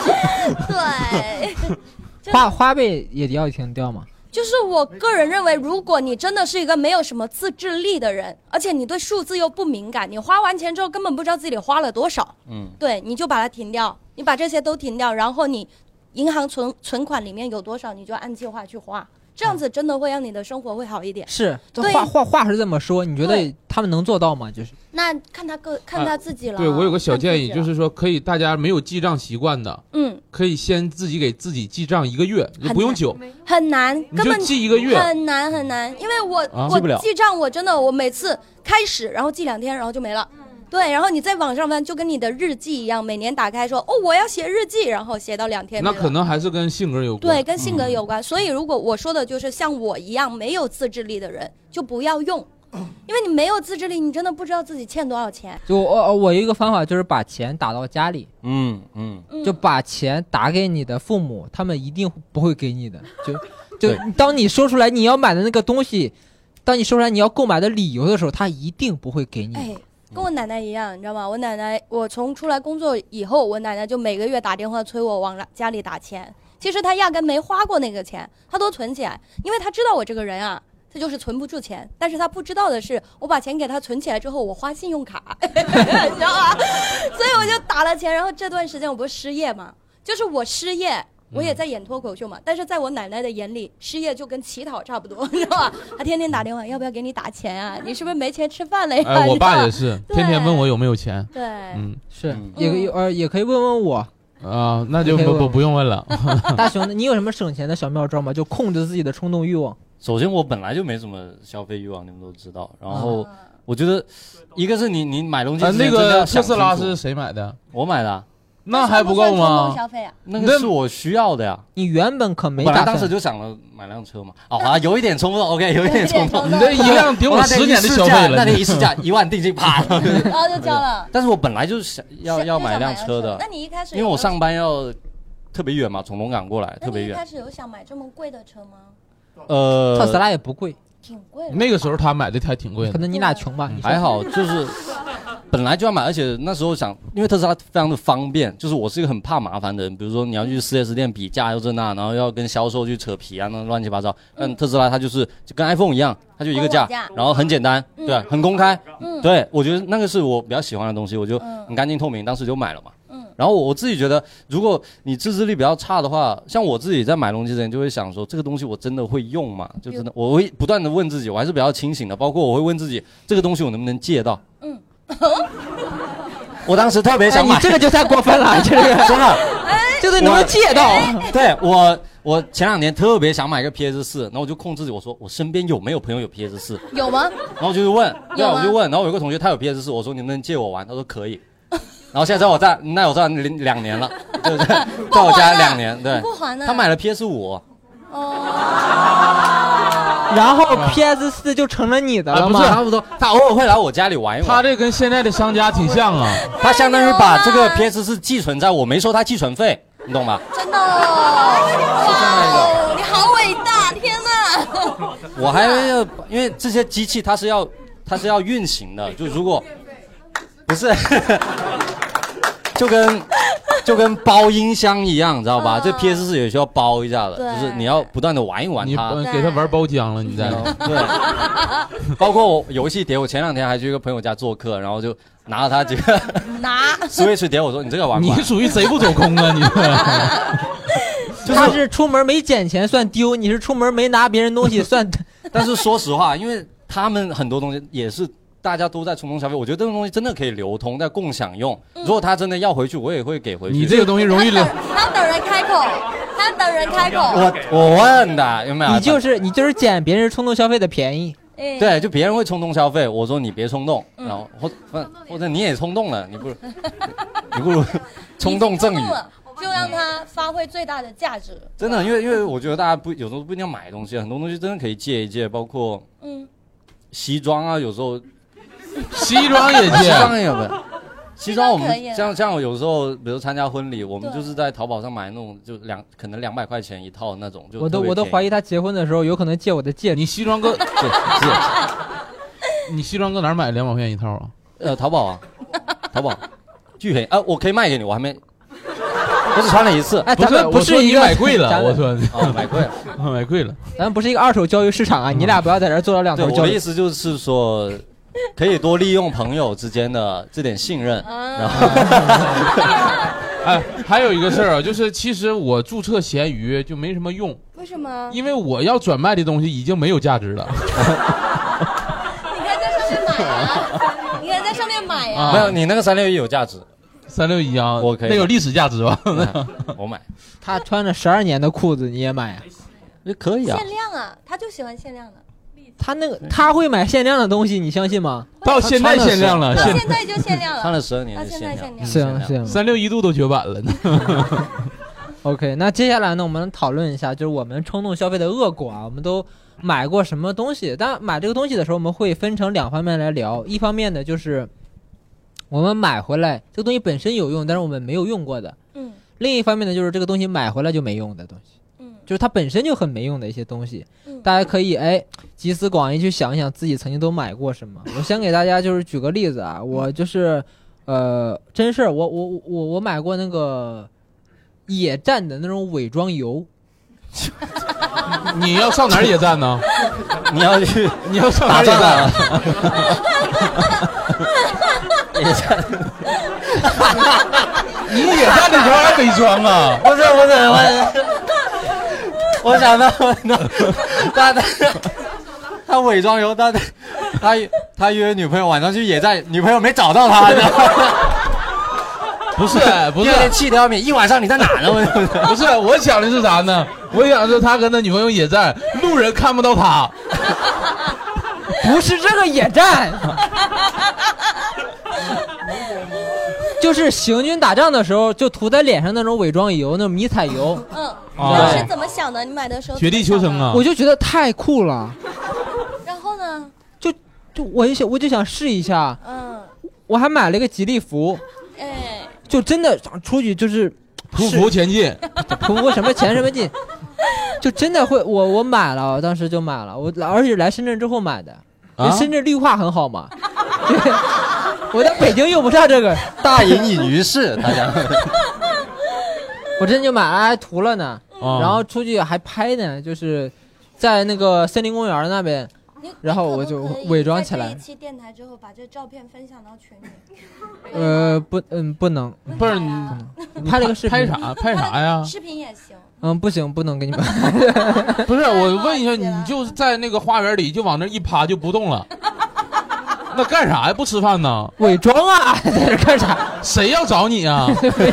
对， 花花呗也要停掉吗？ 就是我个人认为，如果你真的是一个没有什么自制力的人，而且你对数字又不敏感，你花完钱之后根本不知道自己花了多少，嗯，对，你就把它停掉，你把这些都停掉，然后你银行存存款里面有多少，你就按计划去花，这样子真的会让你的生活会好一点。 是，话话话是这么说，你觉得他们能做到吗？就是那看他个看他自己了。 啊、对，我有个小建议，就是说可以大家没有记账习惯的， 嗯， 可以先自己给自己记账一个月，不用久， 很难，根本记一个月很难很难，因为我、 啊、 我记账我真的我每次开始然后记两天然后就没了。对，然后你在网上翻，就跟你的日记一样，每年打开说，哦，我要写日记，然后写到两天。 那可能还是跟性格有关。 对，跟性格有关。嗯、所以如果我说的就是像我一样没有自制力的人，就不要用，因为你没有自制力，你真的不知道自己欠多少钱。 就我我有一个方法，就是把钱打到家里， 嗯嗯， 就把钱打给你的父母，他们一定不会给你的。就就当你说出来你要买的那个东西，当你说出来你要购买的理由的时候，他一定不会给你。 哎，跟我奶奶一样，你知道吗？我奶奶，我从出来工作以后，我奶奶就每个月打电话催我往家里打钱。其实她压根没花过那个钱，她都存起来，因为她知道我这个人啊，她就是存不住钱。但是她不知道的是，我把钱给她存起来之后，我花信用卡，你知道吗？所以我就打了钱。然后这段时间我不是失业嘛，就是我失业。我也在演脱口秀嘛，但是在我奶奶的眼里，失业就跟乞讨差不多，你知道吧？她天天打电话，要不要给你打钱啊？你是不是没钱吃饭了呀？ 哎，我爸也是，天天问我有没有钱。 对， 嗯， 是，也可以呃，也可以问问我。 啊，那就不不不用问了。 大雄，你有什么省钱的小妙招吗？就控制自己的冲动欲望。 首先，我本来就没什么消费欲望，你们都知道。然后，我觉得一个是你你买东西之前真的要想清楚， 那个特斯拉是谁买的？ 我买的。 那还不够吗？ 消费啊， 那个是我需要的呀。 你原本可没打算， 本来当时就想了买辆车嘛。哦，啊，有一点冲动 ，OK， 有一点冲动。 你这一辆顶我十年的消费了。 那天一试驾一万定金，啪， 然后就交了。 但是我本来就是想要要买辆车的。 那你一开始因为我上班要特别远嘛，从龙岗过来特别远。 你一开始有想买这么贵的车吗？ 呃， 特斯拉也不贵。 挺贵的。 那个时候他买的还挺贵的， 可能你俩穷吧。 还好，就是本来就要买，而且那时候想，因为特斯拉非常的方便，就是我是一个很怕麻烦的人，比如说你要去 四 S 店比价又这那，然后要跟销售去扯皮啊，那乱七八糟。但特斯拉它就是就跟 iPhone 一样，它就一个价，然后很简单，对，很公开。对，我觉得那个是我比较喜欢的东西，我就很干净透明，当时就买了嘛。然后我自己觉得，如果你自制力比较差的话，像我自己在买东西之前就会想说，这个东西我真的会用吗？就真的，我会不断的问自己，我还是比较清醒的。包括我会问自己，这个东西我能不能借到？嗯，我当时特别想买， 哎、你这个就太过分了，这个真的， 就是能不能借到？ 对我，我前两年特别想买个 P S 四，然后我就控制自己，我说我身边有没有朋友有 P S 四？ 有吗？ 然后我就问，对，我就问，然后有一个同学他有 P S 四，我说你能不能借我玩？他说可以。然后现在在我在，那我在两年了，对不对？在我家两年，对。 不还呢？ 他买了 P S 五。 哦。 然后 P S 四就成了你的了吗？ 不是，差不多。他偶尔会来我家里玩一玩。 他这跟现在的商家挺像啊。 他相当于把这个 P S 四寄存在我没收他寄存费，你懂吗？ 真的哦。是这么一个。你好伟大，天哪！ 我还要，因为这些机器它是要它是要运行的，就如果。不是，就跟就跟包音箱一样，你知道吧？嗯、这 P S 四也需要包一下的，就是你要不断的玩一玩它。 你给他玩包浆了，你在对。包括我游戏碟，我前两天还去一个朋友家做客，然后就拿了他几个拿 Switch 碟，我说你这个玩不玩？ 你属于贼不走空啊你！ 就是、他是出门没捡钱算丢，你是出门没拿别人东西算。 但是说实话，因为他们很多东西也是。大家都在冲动消费，我觉得这种东西真的可以流通，在共享用。如果他真的要回去，我也会给回去。 你这个东西容易流， 他等人开口，他等人开口。 我我问的有没有？ 你就是你就是捡别人冲动消费的便宜。 对，就别人会冲动消费，我说你别冲动，然后或或者你也冲动了，你不如你不如冲动赠予， 就让它发挥最大的价值。 真的，因为因为我觉得大家不有时候不一定要买东西，很多东西真的可以借一借，包括嗯西装啊，有时候。 西装也借， 西装也不， 西装我们像像有时候，比如参加婚礼，我们就是在淘宝上买那种，就两可能两百块钱一套那种，就我都我都怀疑他结婚的时候有可能借我的戒指。 你西装哥，对，你西装搁哪儿买两百块钱一套啊？ 呃，淘宝啊，淘宝，巨便宜啊！我可以卖给你，我还没，我只穿了一次。 哎，咱们不是一个买贵了，我说哦，买贵了， 买贵了。 咱们不是一个二手交易市场啊，你俩不要在这做了两头交易。 我的意思就是说。可以多利用朋友之间的这点信任，然后， 哎，还有一个事儿啊，就是其实我注册闲鱼就没什么用。 为什么？ 因为我要转卖的东西已经没有价值了。 你可以在上面买啊！你可以在上面买啊！ 没有，你那个三六一有价值。 三六一啊， 我可以。 那有历史价值吧？ 我买。 他穿了十二年的裤子，你也买啊？ 也可以啊。 限量啊，他就喜欢限量的。 他那个他会买限量的东西，你相信吗？ 到现在限量了， 现在就限量了， 穿了十二年就限量， 是啊是啊， 三六一度都绝版了呢。 OK， 那接下来呢，我们讨论一下，就是我们冲动消费的恶果啊，我们都买过什么东西？当然，买这个东西的时候，我们会分成两方面来聊。一方面呢，就是我们买回来这个东西本身有用，但是我们没有用过的。 嗯。 另一方面呢，就是这个东西买回来就没用的东西。就是它本身就很没用的一些东西，大家可以哎集思广益去想一想自己曾经都买过什么。我先给大家就是举个例子啊，我就是呃真事儿，我我我我买过那个野战的那种伪装油。 你要上哪儿野战呢？ 你要去你要上哪儿野战啊？ 野战。 你野战的时候还伪装啊？ 不是不是我。我想到，他他他伪装油，他他他约女朋友晚上去野战，女朋友没找到他， 不是不是， 气得要命，一晚上你在哪呢？ 不是，我想的是啥呢？我想是他跟他女朋友野战，路人看不到他， 不是这个野战。就是行军打仗的时候，就涂在脸上那种伪装油，那种迷彩油。 嗯，你是怎么想的？你买的时候绝地求生啊！ 我就觉得太酷了。 然后呢？ 就就我一想，我就想试一下。 嗯。 我还买了一个吉利服。 哎。 就真的出去就是匍匐前进， 匍匐什么前什么进，就真的会。我我买了，我当时就买了，我而且来深圳之后买的。因为深圳绿化很好嘛。我在北京用不上这个， 大隐隐于市，大家。 我真就买了，还涂了呢， 嗯、 然后出去还拍呢，就是在那个森林公园那边，然后我就伪装起来。 这一期电台之后，把这照片分享到群里。 呃，不，嗯，不能， 不是你拍了个视频， 拍啥？拍啥呀？ 视频也行。 嗯，不行，不能给你们。 不是，我问一下，你就是在那个花园里就往那一趴就不动了。那干啥呀？不吃饭呢？ 伪装啊，在这干啥？ 谁要找你啊？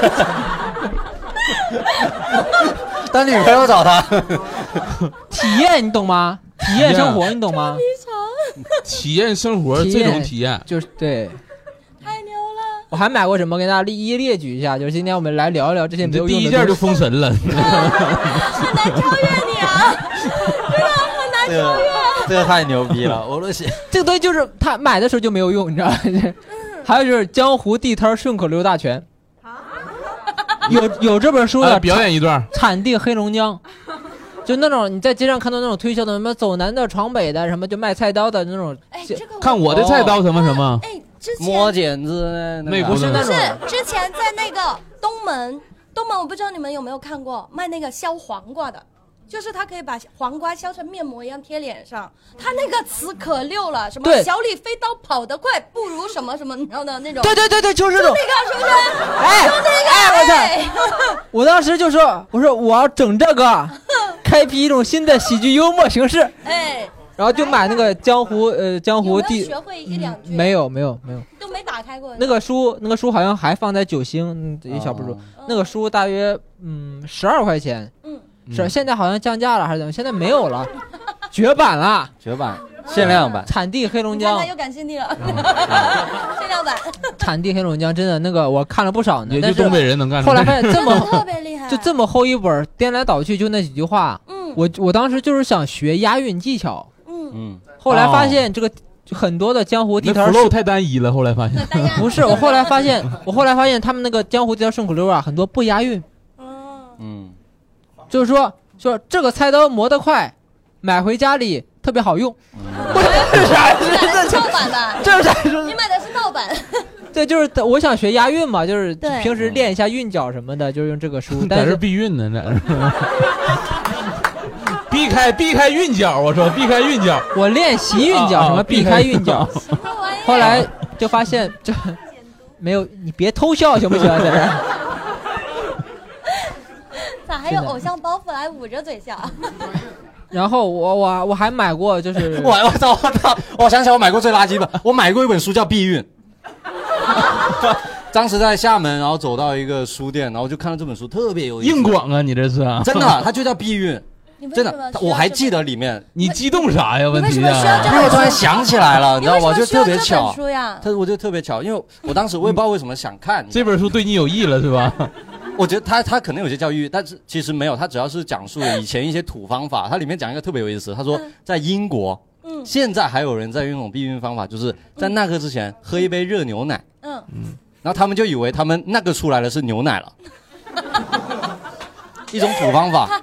当女朋友找他， 体验你懂吗？体验生活你懂吗？ 体验生活这种体验就是对。 太牛了！ 我还买过什么？给大家一一列举一下，就是今天我们来聊一聊这些没有用的。 第一件就封神了， 很难超越你啊！真的很难超越。 这个太牛逼了，我都写。 这个东西就是他买的时候就没有用，你知道吗？还有就是江湖地摊顺口溜大全，有有这本书的、 啊、表演一段。 产地黑龙江，就那种你在街上看到那种推销的什么走南的闯北的什么就卖菜刀的那种， 哎，这个看我的菜刀什么什么， 哎，之前摸剪子那不是那种， 是之前在那个东门，东门我不知道你们有没有看过卖那个削黄瓜的。就是他可以把黄瓜削成面膜一样贴脸上，他那个词可溜了，什么小李飞刀跑得快不如什么什么，你知道的那种。 对对对对，就是这种。 那个是不是？ 哎， 就那个。 哎，我操！我当时就说，我说我要整这个，开辟一种新的喜剧幽默形式。 哎。 然后就买那个江湖呃江湖地。 学会一两句。 没有没有没有。 都没打开过。 那个书那个书好像还放在九星一小本书，那个书大约嗯十二块钱。嗯。是，现在好像降价了还是怎么？现在没有了，绝版了， 绝版，限量版， 产地黑龙江， 又感兴趣了，限量版， 产地黑龙江，真的那个我看了不少呢， 也就东北人能干。 后来发现这么特别厉害， 就这么厚一本，颠来倒去就那几句话。嗯，我我当时就是想学押韵技巧。嗯嗯，后来发现这个就很多的江湖地摊 flow 太单一了，后来发现不是，我后来发现，我后来发现他们那个江湖地摊顺口溜啊，很多不押韵。 嗯， 就是说说这个菜刀磨得快，买回家里特别好用。 这是啥？这是盗版的。 这是啥？ 你买的是盗版。 对，就是我想学押韵嘛，就是对平时练一下韵脚什么的，就是用这个书。但是在这避孕呢，在这。避开避开韵脚，我说避开韵脚。 我练习韵脚，什么避开韵脚。后来就发现这没有，你别偷笑行不行？在这儿。 咋还有偶像包袱来捂着嘴笑？ 然后我我我还买过，就是我我操我操！我想起来我买过最垃圾的，我买过一本书叫《避孕》。当时在厦门，然后走到一个书店，然后就看到这本书，特别有意思。 硬广啊，你这是啊？ 真的，它就叫避孕。真的，我还记得里面。 你激动啥呀？问题啊？ 因为我突然想起来了，你知道吗？就特别巧。 他我就特别巧，因为我当时我也不知道为什么想看这本书，对你有益了是吧？ 我觉得他他可能有些教育，但是其实没有，他主要是讲述以前一些土方法。它里面讲一个特别有意思，他说在英国，嗯，现在还有人在用那种避孕方法，就是在那个之前喝一杯热牛奶，嗯嗯，然后他们就以为他们那个出来的是牛奶了，一种土方法。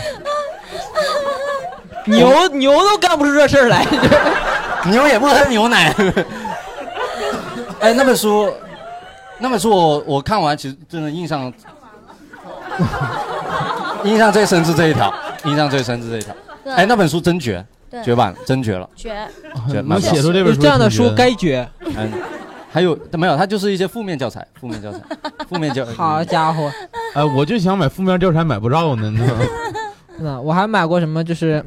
牛牛都干不出这事儿来， 牛也不喝牛奶。哎，那本书，那本书我我看完，其实真的印象，印象最深是这一条，印象最深是这一条。哎，那本书真绝，绝版，真绝了， 绝， 绝。 能写出这本书， 这样的书该绝。 嗯，还有没有？它就是一些负面教材，负面教材，负面教。 好家伙， 哎，我就想买负面教材，买不着呢。 那我还买过什么？就是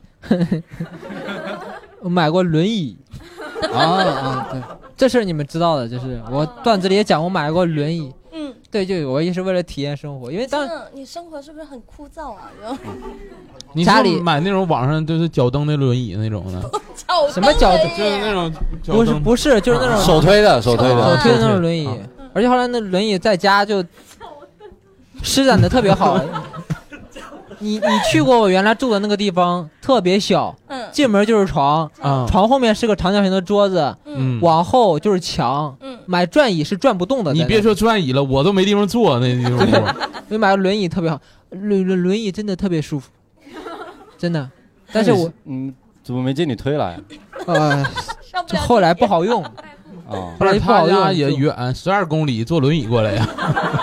我买过轮椅啊啊！对，这事你们知道的，就是我段子里也讲，我买过轮椅。嗯，对，就我也是为了体验生活，因为当你生活是不是很枯燥啊？ 你家里买那种网上就是脚蹬的轮椅那种的？ 什么脚蹬？ 就是那种不是不是，就是那种手推的手推的手推的那种轮椅。而且后来那轮椅在家就施展的特别好。你你去过我原来住的那个地方，特别小，嗯，进门就是床，嗯，床后面是个长条形的桌子，嗯，往后就是墙，嗯，买转椅是转不动的。 你别说转椅了，我都没地方坐那地方。 我买个轮椅特别好，轮轮轮椅真的特别舒服，真的。但是我嗯，怎么没见你推来？ 呃，就后来不好用，啊，后来不好用。 他家也远，十二公里坐轮椅过来呀。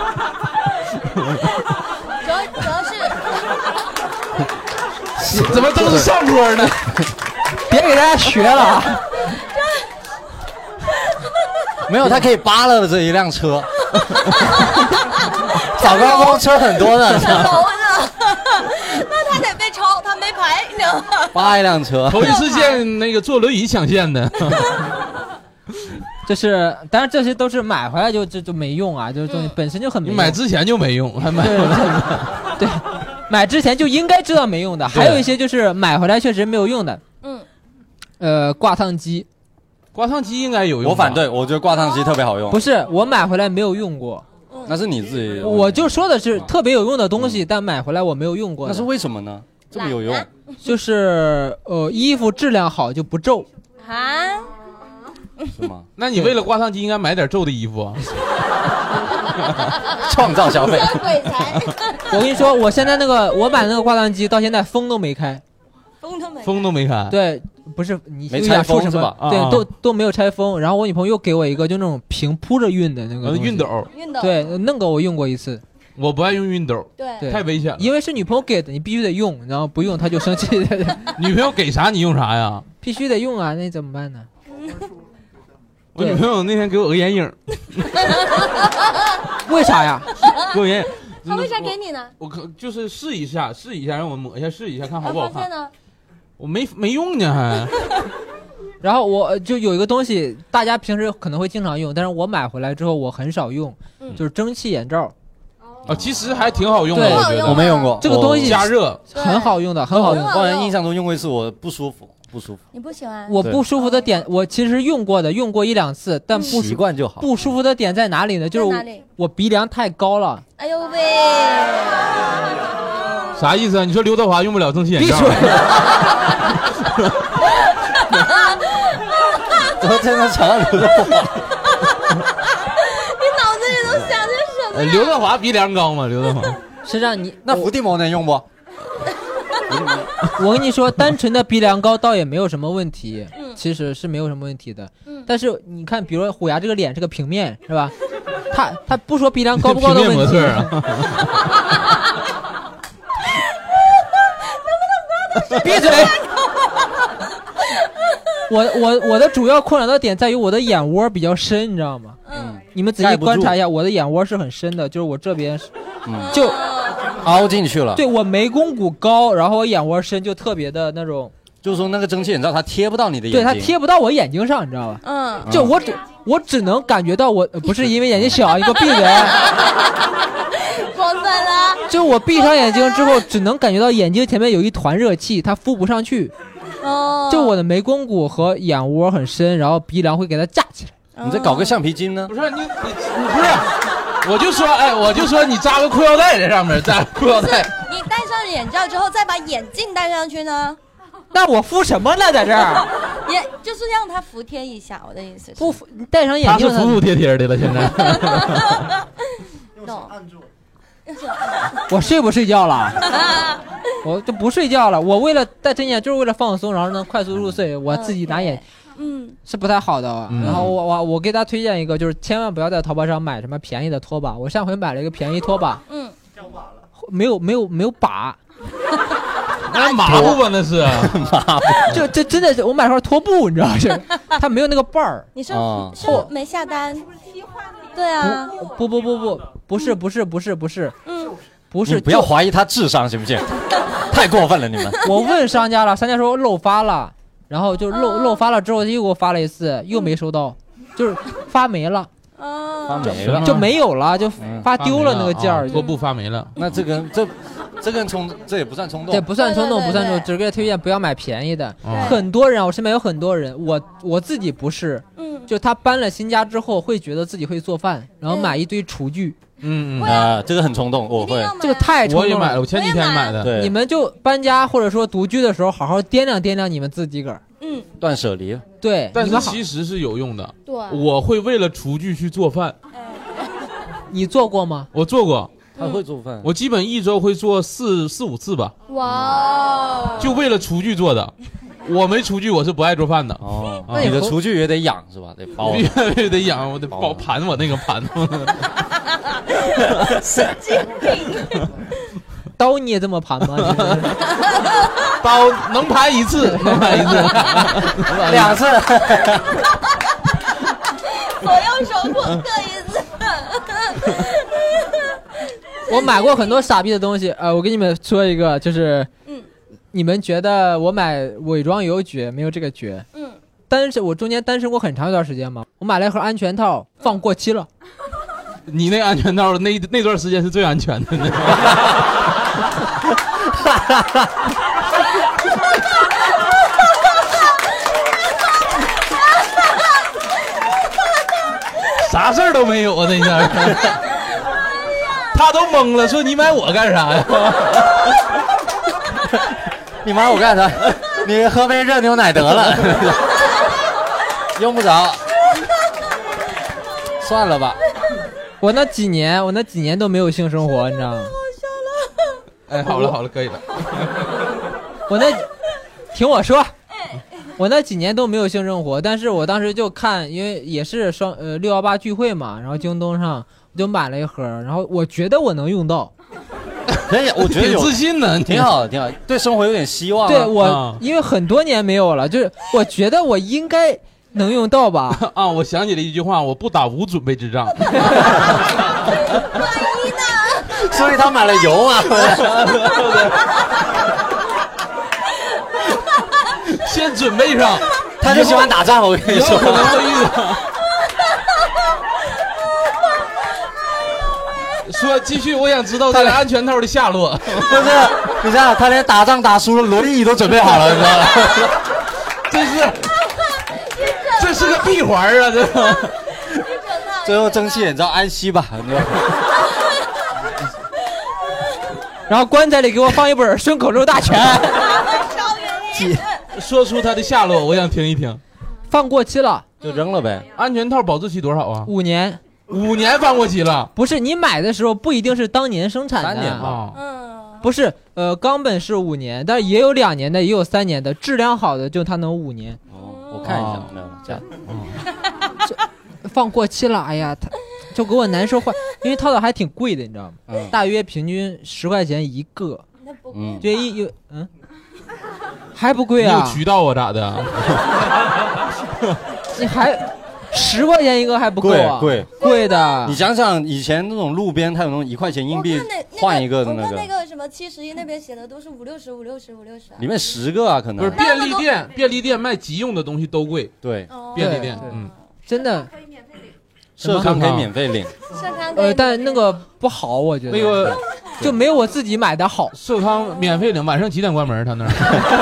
主要主要是。 怎么都是上坡呢？ 别给大家学了。 没有，他可以扒了这一辆车。早高峰车很多的。 那他得被超，他没牌，你知道吗？ 扒一辆车， 头一次见那个坐轮椅抢线的。 就是，当然这些都是买回来就就就没用啊，就是东西本身就很没用。 你买之前就没用，还买对对。买之前就应该知道没用的，还有一些就是买回来确实没有用的。嗯，呃，挂烫机， 挂烫机应该有用。 我反对，我觉得挂烫机特别好用。 不是，我买回来没有用过。 那是你自己。 我就说的是特别有用的东西，但买回来我没有用过。 那是为什么呢？这么有用？ 就是呃，衣服质量好就不皱。 啊？ 是吗？ 那你为了挂烫机应该买点皱的衣服啊。 创造消费。 鬼才。 我跟你说，我现在那个我买那个挂烫机到现在风都没开， 风都没风都没开。 对，不是你没拆封是吧？ 对，都都没有拆封。然后我女朋友又给我一个就那种平铺着熨的那个熨斗， 熨斗。 对，那个我用过一次。 我不爱用熨斗， 对， 太危险了。 因为是女朋友给的，你必须得用，然后不用她就生气。 女朋友给啥你用啥呀？ 必须得用啊，那怎么办呢？ 我女朋友那天给我个眼影。 为啥呀？ 给我眼影。 他为啥给你呢？ 我可就是试一下，试一下，让我抹一下，试一下，看好不好看。 呢？ 我没没用呢还。 然后我就有一个东西，大家平时可能会经常用，但是我买回来之后我很少用，嗯、就是蒸汽眼罩。 啊，其实还挺好用的，我觉得我没用过这个东西加热很好用的，很好用。 我好像印象中用过一次，我不舒服，不舒服。 你不喜欢？ 我不舒服的点，我其实用过的，用过一两次，但不习惯就好。 不舒服的点在哪里呢？就是我鼻梁太高了。 哎呦喂！ 啥意思啊？你说刘德华用不了蒸汽眼罩？ 昨天的长按刘德华。 你脑子里都想些什么呀？ 刘德华鼻梁高吗？刘德华是让你那伏地魔能用不？ 我跟你说，单纯的鼻梁高倒也没有什么问题， 嗯其实是没有什么问题的。 嗯但是你看，比如说虎牙这个脸是个平面，是吧？他他不说鼻梁高不高的问题， 平面模特啊， 闭嘴！我我我的主要困扰的点在于我的眼窝比较深，你知道吗？ 嗯， 你们仔细观察一下，我的眼窝是很深的，就是我这边是嗯， 就凹进去了。 对我眉弓骨高，然后我眼窝深，就特别的那种， 就是说那个蒸汽眼罩它贴不到你的眼睛， 对它贴不到我眼睛上，你知道吧？ 嗯， 就我只我只能感觉到我呃不是因为眼睛小，你给我闭嘴。 过分了。 就我闭上眼睛之后，只能感觉到眼睛前面有一团热气，它敷不上去。 哦， 就我的眉弓骨和眼窝很深，然后鼻梁会给它架起来。 你再搞个橡皮筋呢？ 不是你你你不是，我就说哎，我就说你扎个裤腰带在上面，扎个裤腰带。 你戴上眼罩之后再把眼镜戴上去呢？ 那我敷什么呢？在这儿也就是让它服帖一下，我的意思是。 不敷戴上眼镜， 他是服服帖帖的了，现在。 用手按住。 我睡不睡觉了？我就不睡觉了。我为了戴针眼就是为了放松，然后能快速入睡。我自己拿眼， 嗯， 是不太好的。 嗯、 然后我我我给大家推荐一个，就是千万不要在淘宝上买什么便宜的拖把。我上回买了一个便宜拖把， 嗯， 没有没有没有把。 那麻布吧，那是麻布， 就这真的是我买块拖布，你知道是，它没有那个把儿。 你是、 哦、 是没下单？对啊， 不不不不不是不是不是不是， 嗯， 不是， 你不要怀疑他智商行不行？太过分了你们！ 我问商家了，商家说漏发了，然后就漏、哦、漏发了之后又给我发了一次，又没收到，就是发霉了。 哦， 发霉了就没有了，就发丢了那个件儿， 拖布发霉了。 那这个这这跟冲这也不算冲动， 这不算冲动，不算冲动，只给他推荐不要买便宜的。很多人，我身边有很多人，我我自己不是，嗯，就他搬了新家之后会觉得自己会做饭，然后买一堆厨具， 嗯嗯啊，这个很冲动，我会， 这个太冲动了。 我也买了，我前几天买的。 对， 你们就搬家或者说独居的时候，好好掂量掂量你们自己个儿。 嗯， 断舍离。 对， 但是其实是有用的。 对， 我会为了厨具去做饭。 你做过吗？ 我做过。 他会做饭， 我基本一周会做四四五次吧。 哇， 就为了厨具做的。我没厨具，我是不爱做饭的。 哦，啊、你的厨具也得养是吧？得包， 必得养，我得包盘我那个盘子。 神经病。 刀你也这么盘吗？ 刀能盘一次，能盘一次， 两次。 左右手各各一次。 我买过很多傻逼的东西，呃，我跟你们说一个，就是，嗯，你们觉得我买伪装有绝没有这个绝？嗯，单身我中间单身过很长一段时间嘛，我买了一盒安全套，放过期了。 你那安全套那那段时间是最安全的。啥事儿都没有啊，那下他都懵了，说你买我干啥呀？ 你买我干啥？你喝杯热牛奶得了，用不着，算了吧。 我那几年，我那几年都没有性生活，你知道吗？ 哎，好了好了，可以了。 我那，听我说，我那几年都没有性生活，但是我当时就看，因为也是双呃六幺八聚会嘛，然后京东上我就买了一盒，然后我觉得我能用到。 可以，我觉得有挺自信的， 挺好的，挺好，对生活有点希望、啊。 对我、 啊， 因为很多年没有了，就是我觉得我应该能用到吧。 啊，我想起了一句话，我不打无准备之仗。 所以他买了油啊。 先准备上， 他就喜欢打仗，我跟你说。 可能会遇到。说继续，我想知道这个安全套的下落。 不是，你知道他连打仗打输了轮椅都准备好了，你知道吗？ 这是，这是个闭环啊！这。 最后蒸汽眼罩安息吧，你知道吗？ 然后棺材里给我放一本《顺口溜大全》。 说出它的下落，我想听一听。 放过期了。 就扔了呗。 安全套保质期多少啊？ 五年， 五年翻过期了？ 不是，你买的时候不一定是当年生产的， 三年吧？ 嗯， 不是，呃，冈本是五年，但是也有两年的，也有三年的，质量好的就它能五年。 哦，我看一下，没有这样。 放过期了，哎呀，他就给我难受坏，因为套套还挺贵的，你知道吗？ 嗯， 大约平均十块钱一个。 嗯， 就一有嗯，还不贵啊？ 你有渠道啊？咋的？ 你还十块钱一个还不够啊？ 贵贵的。 你想想，以前那种路边，它有那种一块钱硬币换一个的那个， 我看那个什么七十一那边写的都是五六十、五六十、五六十， 里面十个啊，可能不是便利店，便利店卖急用的东西都贵。 对， 便利店，嗯， 真的。 社康可以免费领， 社康呃，但那个不好，我觉得那个就没有我自己买的好。 社康免费领，晚上几点关门？他那儿？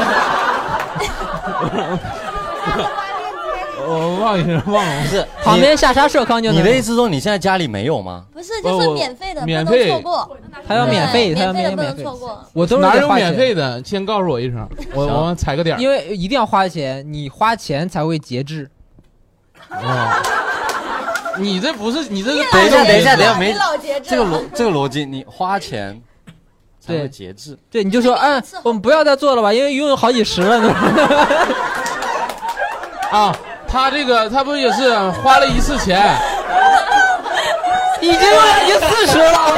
我忘记了，忘了， 不是旁边下沙社康就能。 你的意思说你现在家里没有吗？ 不是，就是免费的， 免费错过。 他要免费，他要免免费， 错过。 我都是哪有免费的？先告诉我一声，我我踩个点。 因为一定要花钱，你花钱才会节制。 哦。你这不是你这是等一下等一下等一下没这个逻这个逻辑，你花钱才会节制。 对，你就说，嗯，我们不要再做了吧，因为拥有好几十了呢。 啊，他这个他不也是花了一次钱， 已经已经四十了。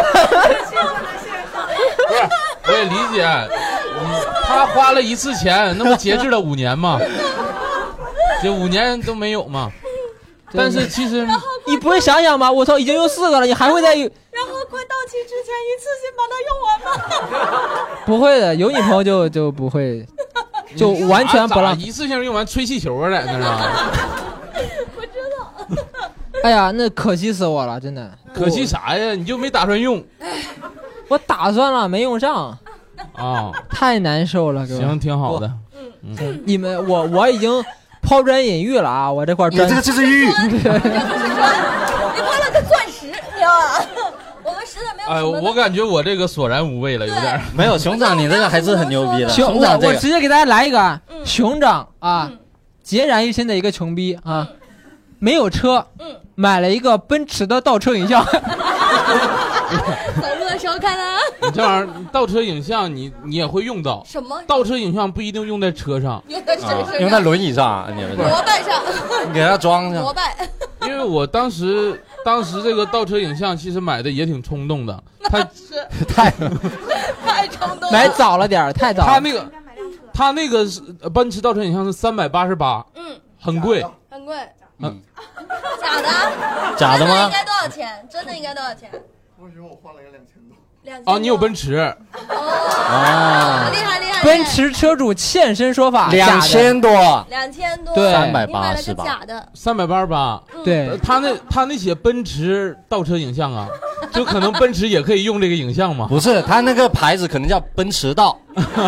不是，我也理解，嗯，他花了一次钱，那不节制了五年吗？这五年都没有嘛。但是其实你不会想想吗？我操，已经用四个了，你还会再用？ 然后快到期之前一次性把它用完吗？ 不会的，有女朋友就就不会，就完全不让一次性用完吹气球啊，在那儿。 不知道。 哎呀，那可惜死我了，真的。 可惜啥呀？你就没打算用？ 我打算了，没用上。 啊， 太难受了，哥。 行，挺好的。 嗯，你们我我已经。抛砖引玉了啊！我这块砖， 这个就是玉。 你抛了个钻石，你知道吗？我们实在没有。 哎，我感觉我这个索然无味了，有点。 没有，熊掌你这个还是很牛逼的。 熊掌， 我直接给大家来一个熊掌啊，孑然一身的一个穷逼啊，没有车，买了一个奔驰的倒车影像。 走路的时候看啊。 你这玩意儿倒车影像，你你也会用到。 什么？ 倒车影像不一定用在车上， 用在身上， 用在轮椅上，你们摩拜上， 你给他装上。 摩拜。 因为我当时当时这个倒车影像其实买的也挺冲动的，他太太冲动了， 买早了点，太早了。 他那个他那个是奔驰倒车影像是三百八十八， 嗯， 很贵， 很贵。 嗯， 假的？ 假的吗？ 应该多少钱？真的应该多少钱？ 我觉得我花了个两千多。 哦，你有奔驰？ 哦，厉害厉害！ 奔驰车主现身说法， 两千多， 两千多， 对， 三百八十八， 假的， 三百八十八， 对， 他那他那写奔驰倒车影像啊，就可能奔驰也可以用这个影像嘛？ 不是，他那个牌子可能叫奔驰道。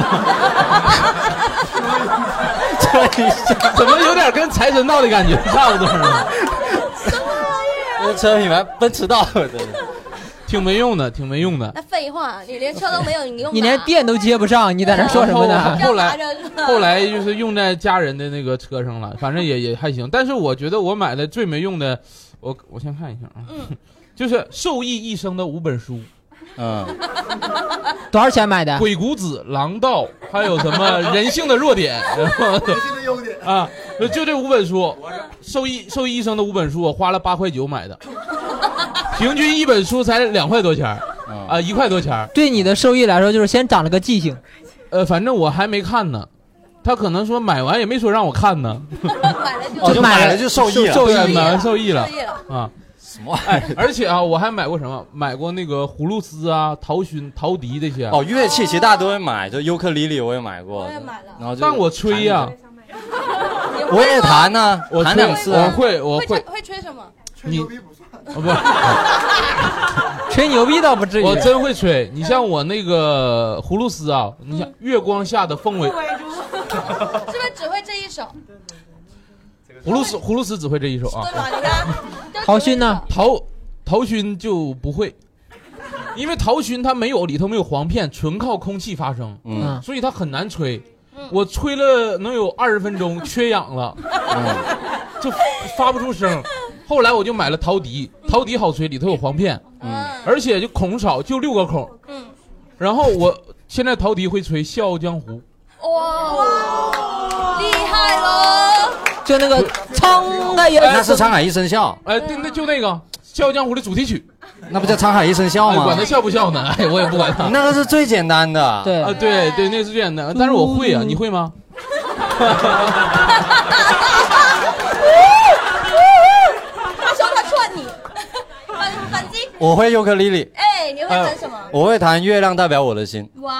怎么有点跟财神道的感觉差不多呢？ 那车品牌奔驰道，真的。 挺没用的，挺没用的。 那废话，你连车都没有，你用你连电都接不上，你在那说什么呢？ 后来后来就是用在家人的那个车上了，反正也也还行。但是我觉得我买的最没用的，我我先看一下啊，嗯、就是受益一生的五本书。 嗯， 多少钱买的？ 鬼谷子、狼道，还有什么人性的弱点， 人性的优点啊，就这五本书，受益受益一生的五本书，我花了八块九买的。平均一本书才两块多钱啊，一块多钱。 对你的受益来说，就是先长了个记性。 呃，反正我还没看呢，他可能说买完也没说让我看呢。 就买了就受益了， 受益买完受益了啊。 什么？ 哎，而且啊，我还买过什么？买过那个葫芦丝啊、陶埙、陶笛这些。 哦，乐器其实大家都会买，就尤克里里我也买过。 我也买了。 然后就但我吹呀， 我也弹呢， 我弹两次。 我会，我会。 会吹什么？ 吹牛逼不算。 哦不，吹牛逼倒不至于。 我真会吹。你像我那个葫芦丝啊，你像月光下的凤尾， 是不是只会这一首？ 葫芦丝葫芦丝只会这一首啊。 对吧？你看。 陶埙呢？ 陶陶埙就不会，因为陶埙它没有里头没有簧片，纯靠空气发声， 嗯， 所以它很难吹。我吹了能有二十分钟，缺氧了。 嗯， 就发不出声。后来我就买了陶笛，陶笛好吹，里头有簧片， 嗯， 而且就孔少，就六个孔。 嗯， 然后我现在陶笛会吹《笑傲江湖》。 哇，厉害了！ 就那个沧海一那是沧海一声笑。 哎，对，那就那个《笑傲江湖》的主题曲。 那不叫沧海一声笑吗？ 哎管他笑不笑呢？哎，我也不管他。 那个是最简单的。 对啊，对对，那是最简单，但是我会啊，你会吗？ 他说他串你，反反击。 我会尤克里里。 哎，你会弹什么？ 我会弹《月亮代表我的心》。 哇！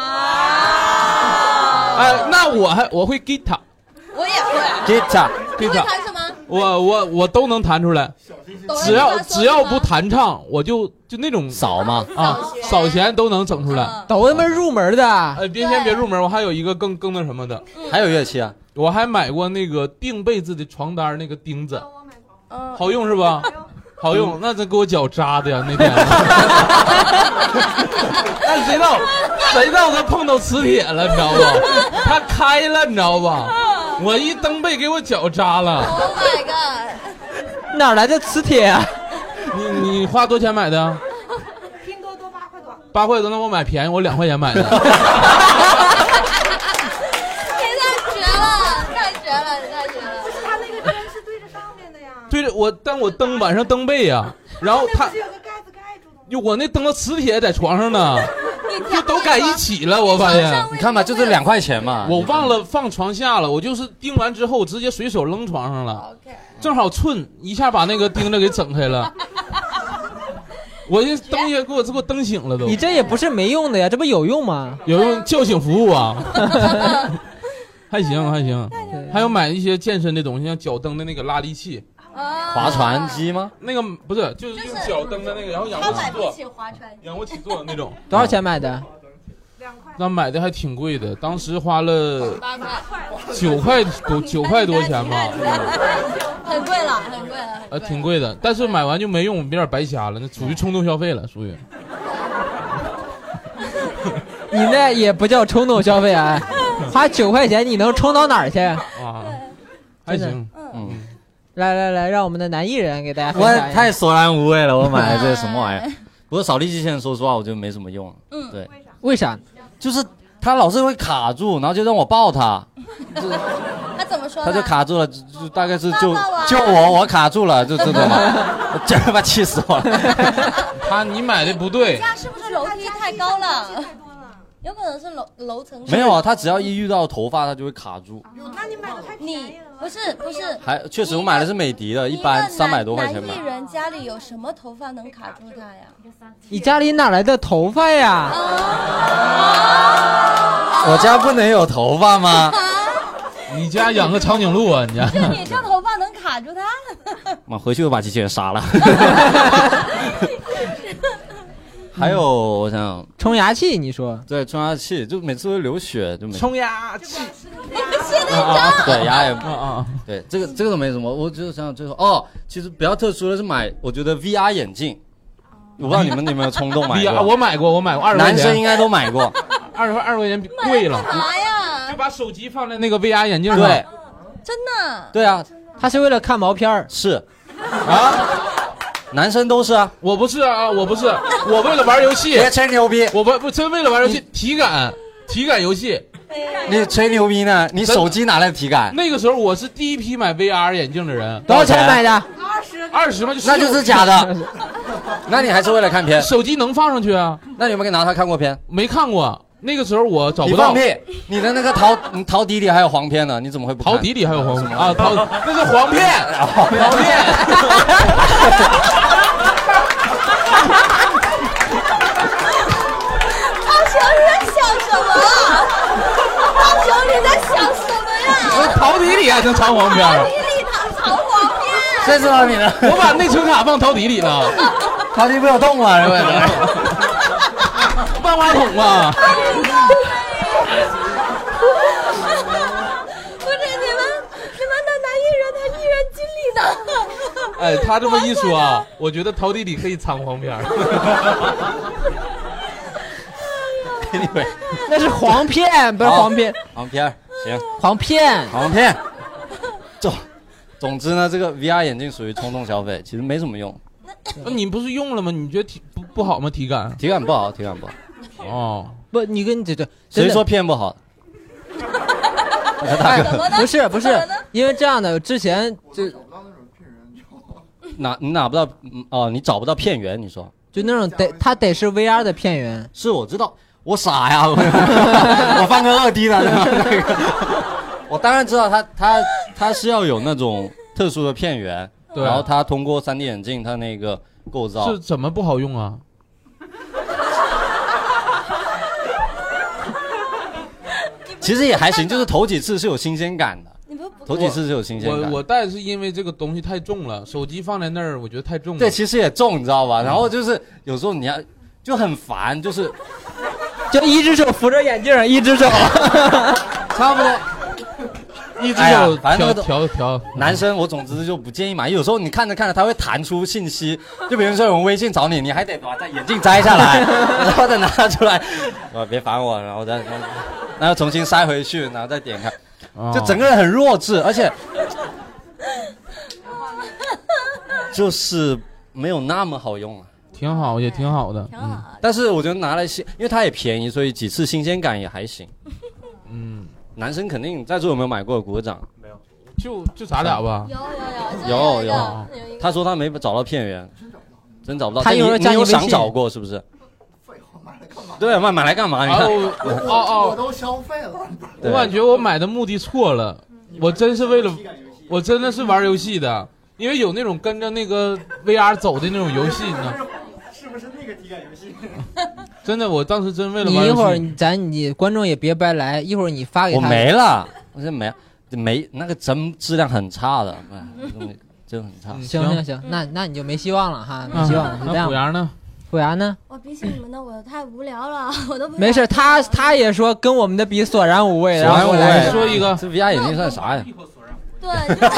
哎，那我还我会 guitar。 我也会。 guitar。 你会弹什么？ 我我我都能弹出来，只要只要不弹唱，我就就那种扫吗？ 啊，扫弦都能整出来。 都他妈入门的。 哎，别先别入门，我还有一个更更那什么的。 还有乐器啊？ 我还买过那个钉被子的床单那个钉子，好用是吧？好用，那这给我脚扎的呀那天。但谁知道谁知道他碰到磁铁了，你知道吧？他开了，你知道吧？我一蹬被给我脚扎了。 Oh my god！ 哪来的磁铁啊？ 你你花多少钱买的？ 拼多多八块多。 八块多，那我买便宜，我两块钱买的。 你太绝了，太绝了，你太绝了！ 不是他那个针是对着上面的呀。 对着我，但我蹬晚上蹬被呀，然后他不是有个盖子盖住的吗？ 就我那蹬的磁铁在床上呢。就都改一起了，我发现。 你看吧，就这两块钱嘛。 我忘了放床下了，我就是钉完之后直接随手扔床上了， okay. 正好寸一下把那个钉子给整开了。我这灯也给我这给我蹬醒了都。 你这也不是没用的呀，这不有用吗？ 有用，叫醒服务啊。还行还行，还有买一些健身的东西，像脚蹬的那个拉力器。 划船机吗？ 那个不是，就是用脚蹬的那个，然后仰卧起坐，仰卧起坐的那种。 多少钱买的？ 两块。 那买的还挺贵的，当时花了九块多，九块多钱吧。 很贵了，很贵了。 呃，挺贵的，但是买完就没用，有点白瞎了，那属于冲动消费了，属于。 你那也不叫冲动消费啊，花九块钱你能冲到哪儿去？ 啊，还行，嗯。 来来来，让我们的男艺人给大家分我享一下。 太索然无味了，我买的这什么玩意儿？不过扫地机器人，说实话，我觉得没什么用。 嗯， 对， 为啥？ 就是他老是会卡住，然后就让我抱他。 他怎么说？ 他就卡住了，就就大概是就抱抱就我我卡住了，就这种嘛，这他妈气死我了。 他你买的不对， 家是不是楼梯太高了？有可能是楼楼层。 没有啊，他只要一遇到头发，他就会卡住。 那你买的太便宜了。 不是不是， 还确实我买的是美的的，一般三百多块钱买。 男艺人家里有什么头发能卡住他呀？ 你家里哪来的头发呀？ 我家不能有头发吗？ 你家养个长颈鹿啊？你家？ 是你这头发能卡住他？ 妈，回去就把机器人杀了。还有，我想想， 冲牙器，你说？ 对，冲牙器，就每次会流血，就没冲牙器。 啊，对，牙也， 啊啊， 对，这个这个都没什么，我就想想最后，哦，其实比较特殊的是买，我觉得 V R 眼镜，我不知道你们有没有冲动买过？ V R 我买过，我买过二十块钱， 男生应该都买过， 二十块二十块钱贵了。 干嘛呀？ 就把手机放在那个 V R 眼镜上。 对， 真的？ 对啊， 他是为了看毛片儿。 是，啊。男生都是啊， 我不是啊，我不是，我为了玩游戏。 别吹牛逼， 我不不真为了玩游戏，体感体感游戏。 你吹牛逼呢？你手机哪来的体感？ 那个时候我是第一批买 V R 眼镜的人。 多少钱买的？ 二十。 二十吗？就那就是假的。那你还是为了看片？ 手机能放上去啊？ 那你有没有拿它看过片？ 没看过。那个时候我找不到。 你放屁！你的那个陶陶笛里还有黄片呢，你怎么会不看？ 陶笛里还有黄片啊？陶那是黄片，黄片。 大雄你在想什么？大雄你在想什么呀？ 陶笛里还能藏黄片？ 陶笛里藏藏黄片？ 谁知道你呢？ 我把内存卡放陶笛里了。 陶笛不有洞吗？是不是？ 万花筒嘛。 不是你们，你们的男艺人他艺人经理呢？ 哎，他这么一说啊，我觉得陶笛里可以藏黄片。 Anyway， 那是黄片，不是黄片。 黄片，行， 黄片， 黄片，走。 总之呢，这个 V R 眼镜属于冲动消费，其实没什么用。 那你不是用了吗？你觉得体不不好吗？体感？ 体感不好，体感不好。 哦， 不，你跟这这谁说骗不好？ 哎，不是不是，因为这样的，之前就哪你拿不到哦，你找不到片源，你说就那种得他得是 V R 的片源。 是我知道，我傻呀，我, 我放个二 D 的，那个我当然知道他他他是要有那种特殊的片源， 对， 然后他通过 三 D 眼镜它那个构造是怎么不好用啊？ 其实也还行，就是头几次是有新鲜感的。头几次是有新鲜感。 我我戴是因为这个东西太重了，手机放在那儿，我觉得太重了。 对，其实也重，你知道吧？然后就是有时候你要就很烦，就是就一只手扶着眼镜，一只手差不多。 一只手反正调调。 男生我总之就不建议买，有时候你看着看着他会弹出信息，就比如说有人微信找你，你还得把他眼镜摘下来，然后再拿出来，呃别烦我，然后再然后重新塞回去，然后再点开。就整个人很弱智，而且就是没有那么好用啊。 挺好，也挺好的， 嗯。 但是我觉得拿来新，因为它也便宜，所以几次新鲜感也还行。 嗯， 男生肯定在座有没有买过？鼓个掌。 没有， 就就咱俩吧。 有有有有有。他说他没找到片源，真找不到。 他有你有想找过是不是？对，买买来干嘛？你看， 哦哦， 我都消费了。 我感觉我买的目的错了，我真是为了，我真的是玩游戏的，因为有那种跟着那个 V R 走的那种游戏，你知道？ 是不是那个体感游戏？ 真的，我当时真为了玩游戏。 你一会儿咱你观众也别白来，一会儿你发给他。 我没了，我这没没那个真质量很差的，真很差。 行行行，那那你就没希望了哈，没希望了。 那虎牙呢？ 虎牙呢？ 我比起你们的，我太无聊了，我都不。 没事，他他也说跟我们的比索然无味。 索然无味， 说一个， 这 V R 眼镜算啥呀？ 对。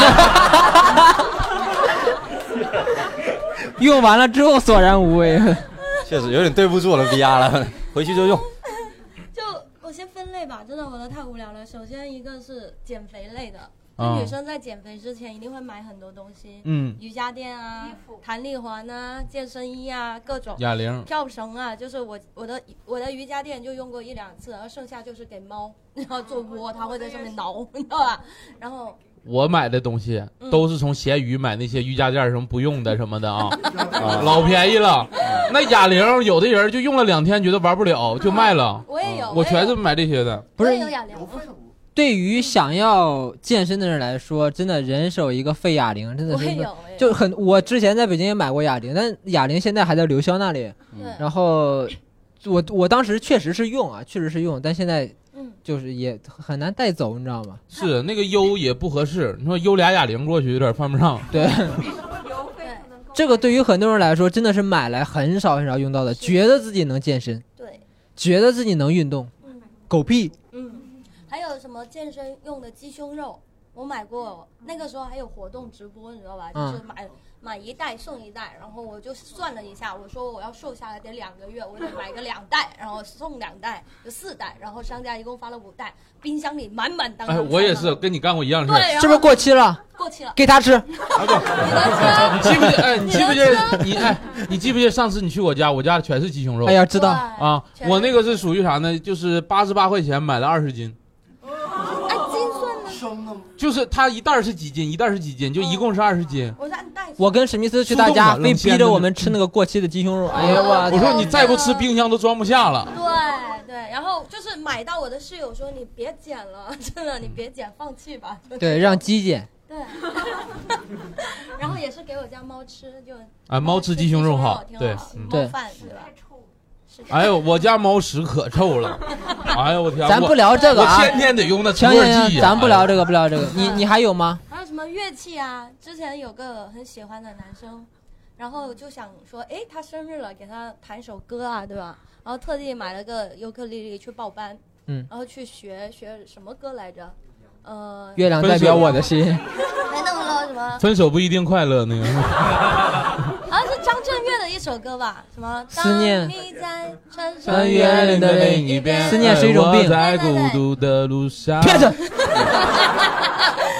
用完了之后索然无味。 确实有点对不住我的 V R 了，回去就用。 就我先分类吧，真的我都太无聊了。首先一个是减肥类的。 哦、 女生在减肥之前一定会买很多东西， 嗯， 瑜伽垫啊、弹力环啊、健身衣啊，各种哑铃、 跳绳啊。就是我我的我的瑜伽垫就用过一两次，然后剩下就是给猫，然后做窝，它会在上面挠，你知道吧？然后我买的东西都是从闲鱼买那些瑜伽垫什么不用的什么的啊，啊老便宜了。那哑铃有的人就用了两天觉得玩不了就卖了， 我也有， 我全是买这些的。 不是有哑铃。 对于想要健身的人来说，真的人手一个废哑铃，真的是就很。我之前在北京也买过哑铃，但哑铃现在还在刘潇那里。然后我我当时确实是用啊，确实是用，但现在就是也很难带走，你知道吗？ 是那个优也不合适，你说优俩哑铃过去有点犯不上。 对。这个对于很多人来说，真的是买来很少很少用到的，觉得自己能健身， 对， 觉得自己能运动， 嗯、 狗屁。 嗯。还有什么健身用的鸡胸肉，我买过，那个时候还有活动直播，你知道吧？ 嗯、 就是买买一袋送一袋，然后我就算了一下，我说我要瘦下来得两个月，我得买个两袋，然后送两袋，就四袋，然后商家一共发了五袋，冰箱里满满当当。 哎，我也是跟你干过一样事。 对， 是不是过期了？ 过期了， 给他吃。 啊不，你记不记？哎，你记不记得你哎，你记不记得上次你去我家，我家全是鸡胸肉。 哎呀，知道啊，我那个是属于啥呢？就是八十八块钱买了二十斤。 哎，斤算呢？ 就是它一袋是几斤，一袋是几斤，就一共是二十斤。 我按袋。 我跟史密斯去他家，非逼着我们吃那个过期的鸡胸肉。哎呀，我我说你再不吃，冰箱都装不下了。 对对，然后就是买到我的室友说你别捡了，真的你别捡，放弃吧。 对，让鸡捡。 对。然后也是给我家猫吃，就啊，猫吃鸡胸肉好，对对。 饭是吧？ 哎呦，我家猫屎可臭了！哎呦我天， 咱不聊这个啊， 我天天得用那除味剂呀。咱不聊这个，不聊这个。你你还有吗？ 还有什么乐器啊？之前有个很喜欢的男生，然后就想说，哎，他生日了，给他弹首歌啊，对吧？然后特地买了个尤克里里去报班， 嗯， 然后去学学什么歌来着？呃， 月亮代表我的心。 还弄了什么？ 分手不一定快乐那个。 好像是张震岳的一首歌吧？什么？ 思念。 你在穿越人的另一边。思念是一种病。 在孤独的路上。 骗子。 对，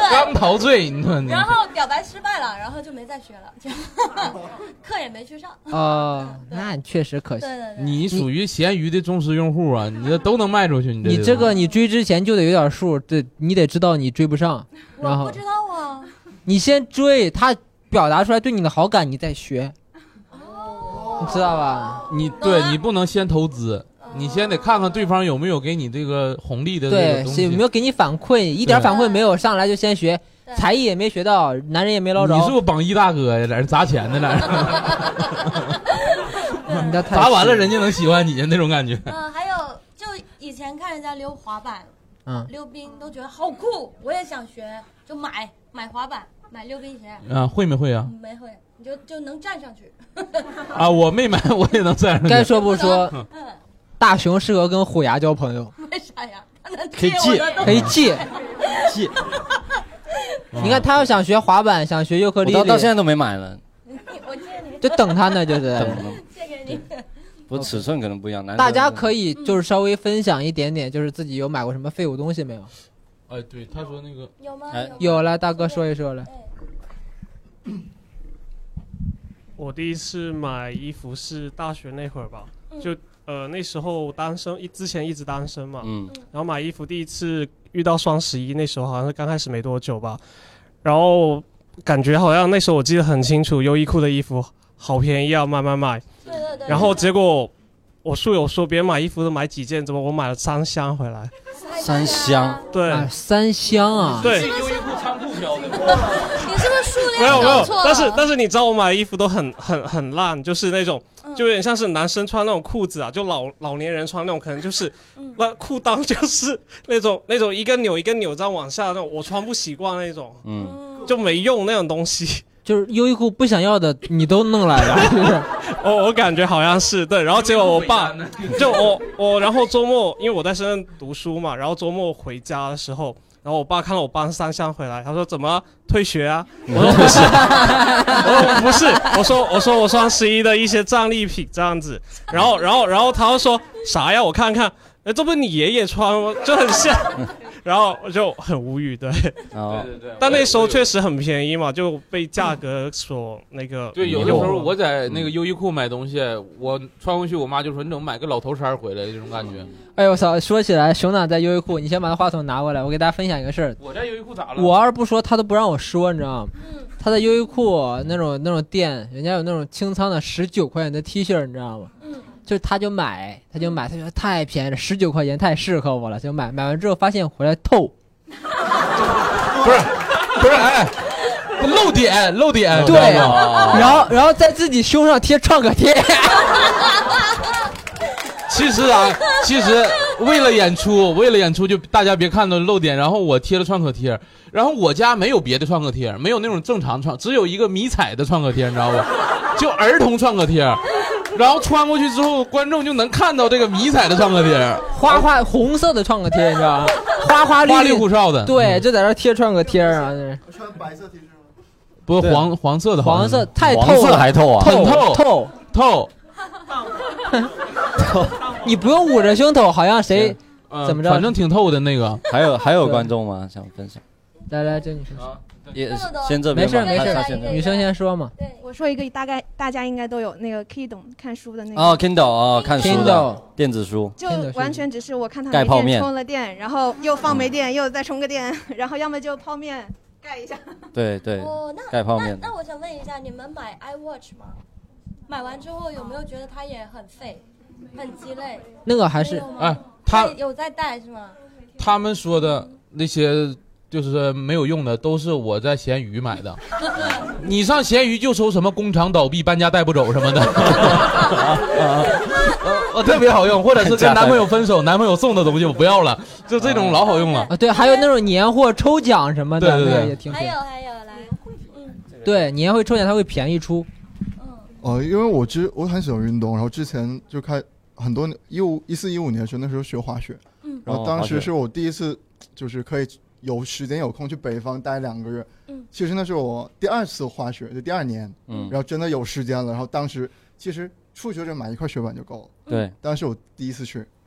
刚陶醉，你说你。 然后表白失败了，然后就没再学了，就课也没去上。 哦，那确实可惜。 对对对， 你属于闲鱼的忠实用户啊，你这都能卖出去。你这你这个你追之前就得有点数，对，你得知道你追不上，然后我不知道啊。 你先追，他表达出来对你的好感，你再学。 哦， 你知道吧？ 你对你不能先投资。你先得看看对方有没有给你这个红利的这个东西， 对，有没有给你反馈？一点反馈没有，上来就先学，才艺也没学到，男人也没捞着。 你是不是榜一大哥呀？在这砸钱的来着？砸完了人家能喜欢你那种感觉。 嗯，还有就以前看人家溜滑板， 嗯， 溜冰都觉得好酷，我也想学，就买买滑板，买溜冰鞋。 啊，会没会啊？ 没会，你就就能站上去。 啊，我没买，我也能站上去。 该说不说。嗯。大熊适合跟虎牙交朋友， 为啥呀？ 可以借， 可以借， 借。 你看他要想学滑板，想学尤克里里， 我到到现在都没买呢。 我借你， 就等他呢，就是等借给你。 不，尺寸可能不一样。 大家可以就是稍微分享一点点，就是自己有买过什么废物东西没有？ 哎，对，他说那个有吗？ 有，来大哥说一说来。 我第一次买衣服是大学那会儿吧，就。呃，那时候单身，一之前一直单身嘛，嗯，然后买衣服第一次遇到双十一，那时候好像是刚开始没多久吧，然后感觉好像那时候我记得很清楚，优衣库的衣服好便宜啊，买买买， 对对对， 然后结果我宿友说别人买衣服都买几件，怎么我买了三箱回来？ 三箱， 对， 啊、三箱啊， 对， 是优衣库仓库销的。 你是不是数量没有没有， 错了？ 但是但是你知道我买的衣服都很很很烂，就是那种。就有点像是男生穿那种裤子啊，就老老年人穿那种，可能就是那裤裆就是那种那种一根扭一根扭这样往下那种，我穿不习惯那种，嗯，就没用那种东西。 就是优衣库不想要的你都弄来了， 我我感觉好像是对，然后结果我爸就我我然后周末因为我在深圳读书嘛，然后周末回家的时候。然后我爸看到我搬三箱回来，他说怎么退学啊？我说不是，我说不是，我说我说我双十一的一些战利品这样子。然后然后然后他就说啥呀？我看看，哎，这不是你爷爷穿吗？就很像。然后我就很无语，对。 哦， 对对对。 但那时候确实很便宜嘛，就被价格所那个。 对，有的时候我在那个优衣库买东西，我穿回去，我妈就说你怎么买个老头衫回来这种感觉。 哎呦我操！说起来，熊掌在优衣库，你先把那话筒拿过来，我给大家分享一个事儿。 我在优衣库咋了？ 我要是不说，他都不让我说，你知道吗？他在优衣库那种那种店，人家有那种清仓的十九块钱的 T 恤，你知道吗？就是他就买，他就买，他说太便宜了，十九块钱太适合我了，就买。买完之后发现回来透， 不是不是，哎，漏点漏点， 对，然后然后在自己胸上贴创可贴。 其实啊，其实为了演出，为了演出就大家别看到漏点，然后我贴了创可贴，然后我家没有别的创可贴，没有那种正常创，只有一个迷彩的创可贴，你知道不？就儿童创可贴。然后穿过去之后，观众就能看到这个迷彩的创可贴， 花花红色的创可贴，你知道吗？花花绿花里胡哨的， 对，就在这贴创可贴啊。 我穿白色 T 恤吗？ 不，黄黄色的， 黄色太透了， 黄色还透啊， 很透透透。 你不用捂着胸口，好像谁怎么着？ 反正挺透的那个。 还有还有观众吗？想分享？ 来来，这女生说。 也先这边没事没事，女生先说嘛。 对，我说一个大概大家应该都有那个 Kindle 看书的那个。 哦 ，Kindle 哦，看书的 Kindle 电子书， 就完全只是我看他盖泡面充了电，然后又放没电，又再充个电，然后要么就泡面盖一下。 对对， 哦，那盖泡面。 那我想问一下，你们买 iWatch 吗？买完之后有没有觉得它也很废，很鸡肋？ 那个还是哎，他有在带是吗？ 他们说的那些。就是没有用的，都是我在闲鱼买的。你上闲鱼就搜什么工厂倒闭、搬家带不走什么的，我特别好用。或者是跟男朋友分手，男朋友送的东西我不要了，就这种老好用了。 啊，对，还有那种年货抽奖什么的， 对对对， 也挺还有还有来， 嗯，对，年会抽奖它会便宜出。 嗯，呃，因为我之我很喜欢运动，然后之前就开很多一五一四一五年的时候，那时候学滑雪，嗯，然后当时是我第一次就是可以。有时间有空去北方待两个月，嗯，其实那是我第二次滑雪，就第二年，嗯，然后真的有时间了，然后当时其实初学者买一块雪板就够了， 对， 当时我第一次去，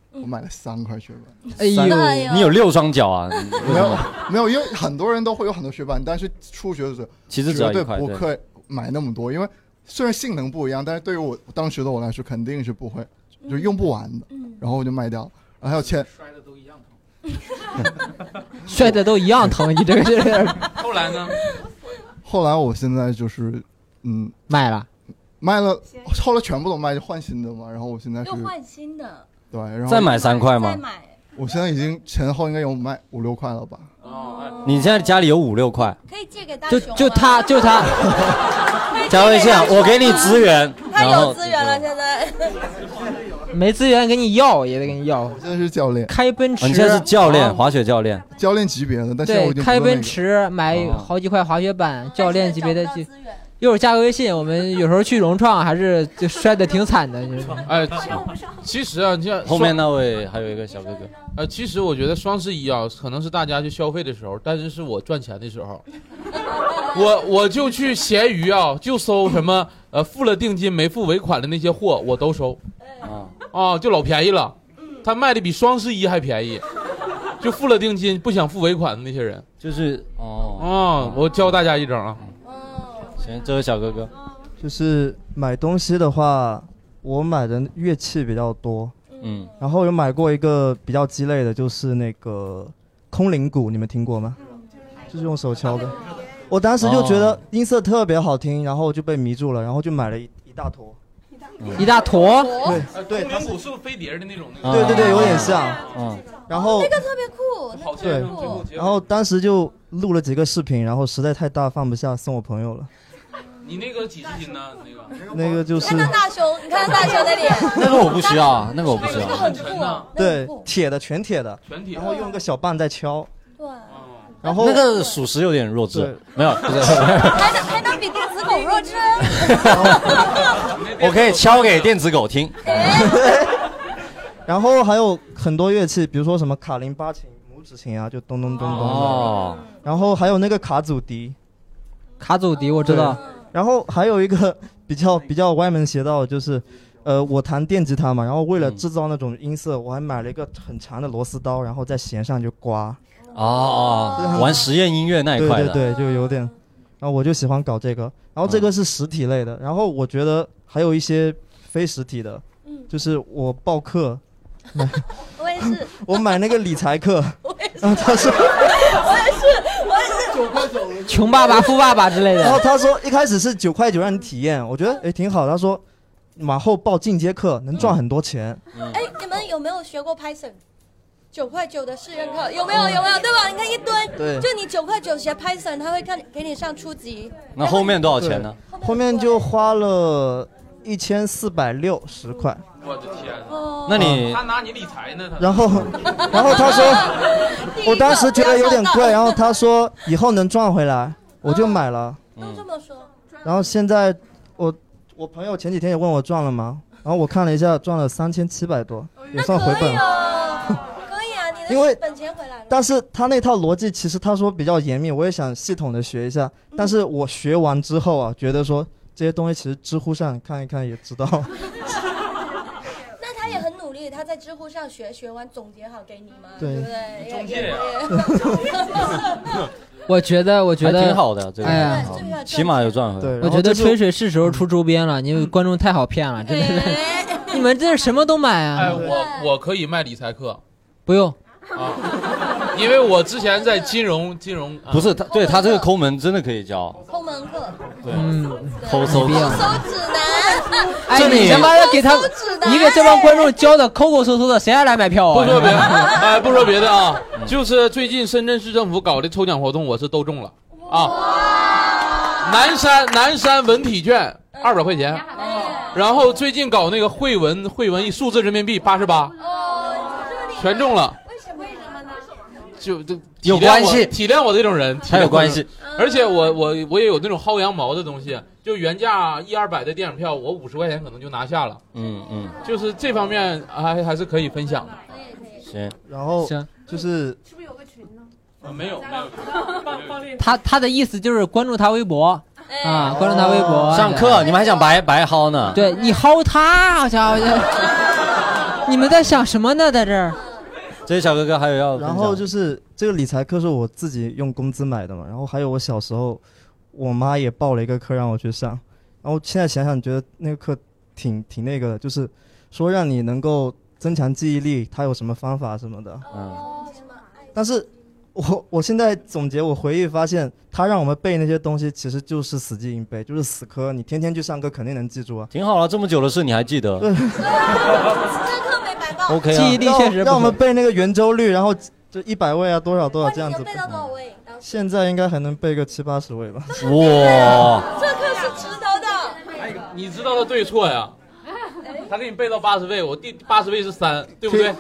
我买了三块雪板。 哎呦， 你有六双脚啊？ 没有没有，因为很多人都会有很多雪板，但是初学的时候其实只要绝对一块不会买那么多，因为虽然性能不一样，但是对于我当时的我来说肯定是不会，就用不完的，然后我就卖掉了。然后还有钱摔的都一样疼， 摔的都一样疼，你这个是。 后来呢？ 后来我现在就是嗯卖了， 卖了，后来全部都卖，就换新的嘛。然后我现在是又换新的， 对，然后再买三块吗？ 再买。 我现在已经前后应该有卖五六块了吧？ 哦， 你现在家里有五六块？ 可以借给大就雄吗？ 就他就他， 加微信，我给你资源。 他然后有资源了，现在。 没资源给你要也得给你要。 我现在是教练， 开奔驰， 你现在是教练，滑雪教练， 教练级别的，但是我已对， 经开奔驰买好几块滑雪板，教练级别的就。一会儿加个微信，我们有时候去融创还是就摔得挺惨的。 哎，其实啊，像后面那位还有一个小哥哥。 呃，其实我觉得双十一啊，可能是大家去消费的时候，但是是我赚钱的时候。我我就去闲鱼啊，就搜什么呃付了定金没付尾款的那些货，我都收。啊啊，就老便宜了，他卖的比双十一还便宜。就付了定金不想付尾款的那些人， 就是哦啊，我教大家一整啊。 行，这位小哥哥， 就是买东西的话，我买的乐器比较多， 嗯， 然后有买过一个比较鸡肋的，就是那个空灵鼓，你们听过吗？就是用手敲的。我当时就觉得音色特别好听，然后就被迷住了，然后就买了一一大坨。 一大坨， 对对，空灵鼓是不是飞碟的那种？ 对对对，有点像。 嗯， 然后那个特别酷， 好对，然后当时就录了几个视频，然后实在太大放不下，送我朋友了。 你那个几十斤呢？那个那个就是。 看看大熊，你看看大熊的脸。 那个我不需要啊，那个我不需要。 很沉的。 对，铁的，全铁的。 全铁。 然后用个小棒在敲。 对。 然后那个属实有点弱智，没有，不是。 还能还能比电子狗弱智？ 我可以敲给电子狗听。 然后还有很多乐器，比如说什么卡林巴琴、拇指琴啊，就咚咚咚咚。 哦。 然后还有那个卡祖笛。 卡祖笛我知道。 然后还有一个比较比较歪门邪道的，就是呃，我弹电吉他嘛，然后为了制造那种音色，我还买了一个很长的螺丝刀，然后在弦上就刮。 哦，玩实验音乐那一块的。 对对对，就有点。然后我就喜欢搞这个，然后这个是实体类的，然后我觉得还有一些非实体的，就是我报课。 我也是。 我买那个理财课。 我也是。 然后他说。 我也是，我也是。 九块九。 穷爸爸、富爸爸之类的。 然后他说一开始是九块九让你体验，我觉得哎挺好。他说往后报进阶课能赚很多钱。 哎，你们有没有学过 Python？九块九的试验课有没有？有没有？对吧？你看一堆， 对， 就你九块九学 Python， 他会看给你上初级。 那后面多少钱呢？ 后面就花了一千四百六十块。 我的天！ 那你他拿你理财呢？ 然后，然后他说，我当时觉得有点贵，然后他说以后能赚回来，我就买了。 都这么说。 然后现在我我朋友前几天也问我赚了吗？然后我看了一下，赚了三千七百多，也算回本。 可以啊，你因为的本钱回来了。 但是他那套逻辑其实他说比较严密，我也想系统的学一下。但是我学完之后啊，觉得说这些东西其实知乎上看一看也知道。 那他也很努力，他在知乎上学，学完总结好给你嘛， 对不对？ 中介我觉得，我觉得挺好的，这个， 哎呀， 起码有赚回来。 我觉得吹水是时候出周边了，因为观众太好骗了，真的是。你们这什么都买啊！ 哎，我我可以卖理财课， 不用啊，因为我之前在金融金融不是他，对他这个抠门真的可以教。 抠门课， 对， 嗯， 抠搜搜指南。 哎，你他妈的给他你给这帮观众教的抠抠搜搜的，谁还来买票啊？ 不说别的，哎，不说别的啊，就是最近深圳市政府搞的抽奖活动，我是都中了啊。南山南山文体券二百块钱，然后最近搞那个汇文汇文一数字人民币八十八，全中了。 为什么？为什么呢？ 就就有关系， 体谅我这种人， 还有关系。 而且我我我也有那种薅羊毛的东西，就原价一二百的电影票，我五十块钱可能就拿下了。 嗯嗯， 就是这方面还还是可以分享的。 行， 然后行， 就是是不是有个群呢？ 啊，没有没有。 他他的意思就是关注他微博啊，关注他微博。 上课你们还想白白薅呢？ 对你薅他，好家伙！ 你们在想什么呢？在这儿， 这些小哥哥还有要， 然后就是这个理财课是我自己用工资买的嘛，然后还有我小时候，我妈也报了一个课让我去上，然后现在想想觉得那个课挺挺那个的，就是说让你能够增强记忆力，它有什么方法什么的，嗯，但是。我我现在总结，我回忆发现，他让我们背那些东西，其实就是死记硬背，就是死磕。你天天去上课，肯定能记住啊。 挺好了，这么久的事你还记得？对， 课没白报。 OK 啊， 记忆力确实。 让我们背那个圆周率，然后就一百位啊，多少多少这样子。 背到多少位？ 现在应该还能背个七八十位吧。 哇， 这课是值得的。 你知道的对错呀？他给你背到八十位，我第八十位是三，对不对？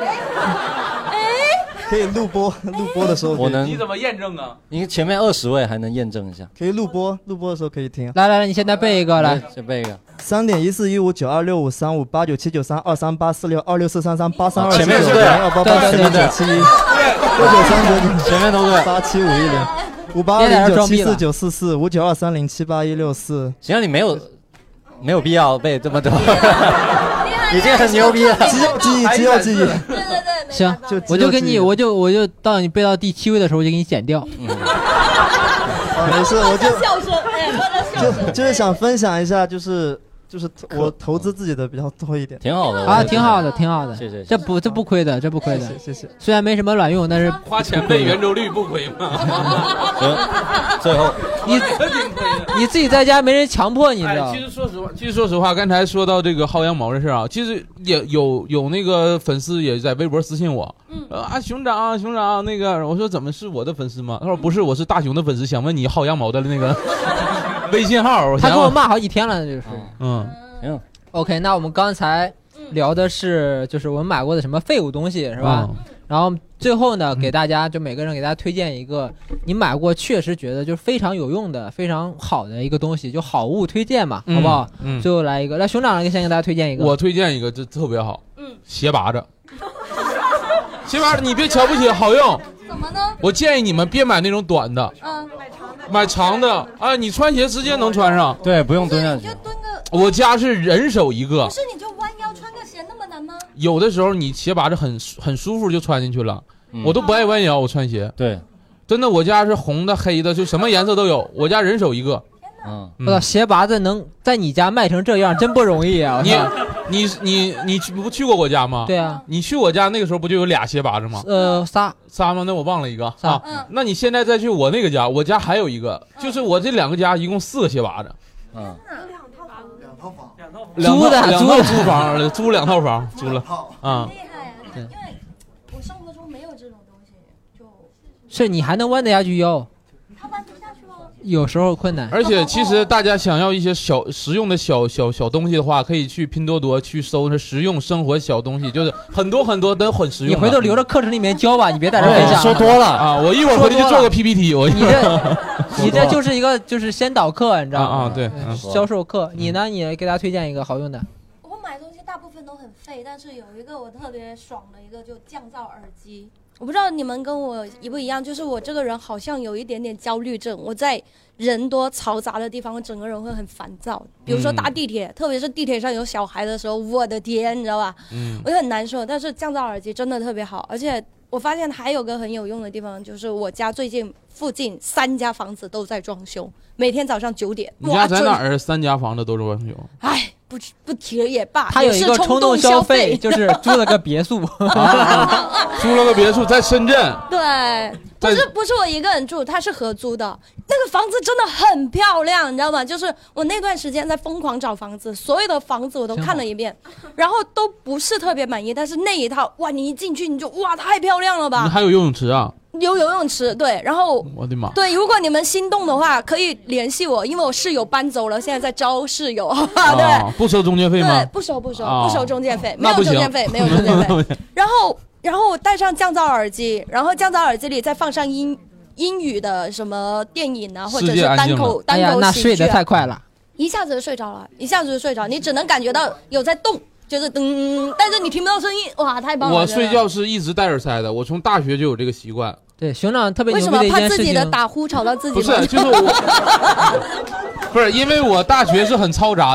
可以录播，录播的时候我能。 你怎么验证啊？ 你前面二十位还能验证一下。 可以录播，录播的时候可以听。 来来来，你现在背一个来， 先背一个。 三点一四一五九二六五三五八九七九三二三八四六二六四三三八三二前面是对， 二八八四零九七一六九三九九， 前面都对。 八七五一零五八二零九七四九四四五九二三零七八一六四。 行，你没有没有必要背这么多。已经很牛逼了， 肌肉记忆，肌肉记忆。 对对对， 行，我就跟你，我就我就到你背到第七位的时候，我就给你剪掉。 嗯、啊，没事，我就笑声，哎， 就就是想分享一下，就是就是我投资自己的比较多一点， 挺好的啊，挺好的，挺好的， 谢谢， 这不这不亏的，这不亏的， 谢谢。 虽然没什么卵用，但是花钱背圆周率不亏吗？ 行，最后你你自己在家没人强迫你，知道？ 其实说实话，其实说实话，刚才说到这个薅羊毛的事啊，其实也有有那个粉丝也在微博私信我，嗯啊熊掌熊掌那个，我说怎么是我的粉丝吗？他说不是，我是大熊的粉丝，想问你薅羊毛的那个微信号。 他给我骂好几天了，这个是。 嗯嗯 ，OK， 那我们刚才聊的是就是我们买过的什么废物东西是吧？ 嗯、 然后最后呢，给大家就每个人给大家推荐一个你买过确实觉得就是非常有用的、非常好的一个东西，就好物推荐嘛， 嗯、 好不好？ 嗯， 最后来一个，来熊掌先给大家推荐一个。 我推荐一个，这特别好，嗯，鞋拔子。鞋拔子，你别瞧不起，好用。 怎么呢？ 我建议你们别买那种短的，嗯，买长的啊，你穿鞋直接能穿上。 对，不用蹲下去。 你就蹲个。 我家是人手一个。 不是，你就弯腰穿个鞋那么难吗？ 有的时候你鞋拔子很很舒服就穿进去了。我都不爱弯腰，我穿鞋。 对， 真的，我家是红的、黑的，就什么颜色都有。我家人手一个。 嗯， 我操，鞋拔子能在你家卖成这样，真不容易啊！ 你你你你去不去过我家吗？ 对啊， 你去我家那个时候不就有俩鞋拔子吗？ 呃，仨仨吗？那我忘了一个仨。 啊，那你现在再去我那个家，我家还有一个，就是我这两个家一共四个鞋拔子。 嗯， 两套房，两套房， 租的两套租房，租两套房，租了啊。 厉害啊！因为我生活中没有这种东西， 就是你还能弯得下去腰。 他弯不下去吗？ 有时候困难。 而且其实大家想要一些小实用的小小小东西的话，可以去拼多多去搜那实用生活小东西，就是很多很多都很实用。 你回头留着课程里面教吧，你别在这分享。 说多了啊！我一会儿回去做个 P P T。我你这你这就是一个就是先导课，你知道吗？ 啊，对， 销售课。你呢？你给大家推荐一个好用的。 我买东西大部分都很废，但是有一个我特别爽的一个，就降噪耳机。我不知道你们跟我一不一样，就是我这个人好像有一点点焦虑症，我在人多嘈杂的地方，我整个人会很烦躁。比如说搭地铁，嗯、特别是地铁上有小孩的时候，我的天，你知道吧？嗯，我就很难受。但是降噪耳机真的特别好，而且我发现还有个很有用的地方，就是我家最近附近三家房子都在装修，每天早上九点。 你家在哪儿？三家房子都是装修。 哎。不不提了也罢， 他有一个冲动消费，就是租了个别墅， 啊、租了个别墅在深圳。 对，不是不是我一个人住，他是合租的。那个房子真的很漂亮，你知道吗？就是我那段时间在疯狂找房子，所有的房子我都看了一遍，然后都不是特别满意，但是那一套哇，你一进去你就哇，太漂亮了吧！ 你还有游泳池啊？ 有游泳池，对，然后我的妈， 对，如果你们心动的话，可以联系我，因为我室友搬走了，现在在招室友，啊、对、 哦，不收中介费吗？ 对，不收不收、 哦、 不收中介费，没有中介费，没有中介费。然后然后戴上降噪耳机，然后降噪耳机里再放上英英语的什么电影啊，或者是单口单口喜剧、啊，哎呀， 那睡得太快了， 一下子就睡着了，一下子就睡着，你只能感觉到有在动。就是噔，但是你听不到声音，哇，太棒了！ 我睡觉是一直戴耳塞的，我从大学就有这个习惯。 对，熊掌特别为什么怕自己的打呼吵到自己？ 不是，就是我，不是因为我大学是很嘈杂的，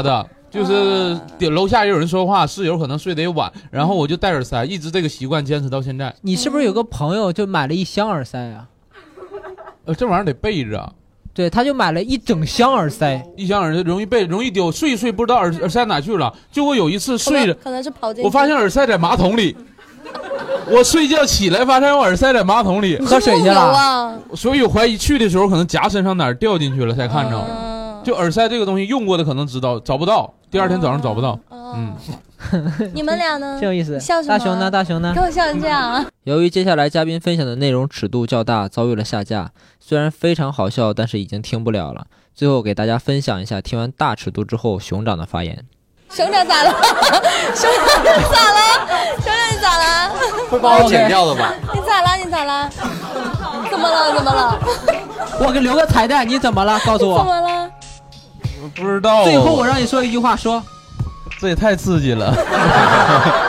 就是顶楼下也有人说话，室友可能睡得也晚，然后我就戴耳塞，一直这个习惯坚持到现在。 你是不是有个朋友就买了一箱耳塞啊？ 呃，这玩意儿得备着。 对，他就买了一整箱耳塞， 一箱耳塞容易被容易丢，睡一睡不知道耳耳塞哪去了。就我有一次睡着， 可能是跑进去， 我发现耳塞在马桶里。我睡觉起来发现我耳塞在马桶里， 喝水去了。 啊、 所以我怀疑去的时候可能夹身上哪儿掉进去了才看着。嗯、就耳塞这个东西用过的可能知道，找不到，第二天早上找不到。 嗯。你们俩呢？ 挺有意思。 笑什么？ 大熊呢？大熊呢？ 跟我笑成这样啊！ 由于接下来嘉宾分享的内容尺度较大，遭遇了下架。虽然非常好笑，但是已经听不了了。最后给大家分享一下听完大尺度之后熊掌的发言。 熊掌咋了？熊掌你咋了？熊掌你咋了？ 会帮我剪掉的吧？ 你咋了？你咋了？怎么了？怎么了？ 我给留个彩蛋，你怎么了？告诉我。 怎么了？ 不知道。 最后我让你说一句话，说。 这也太刺激了。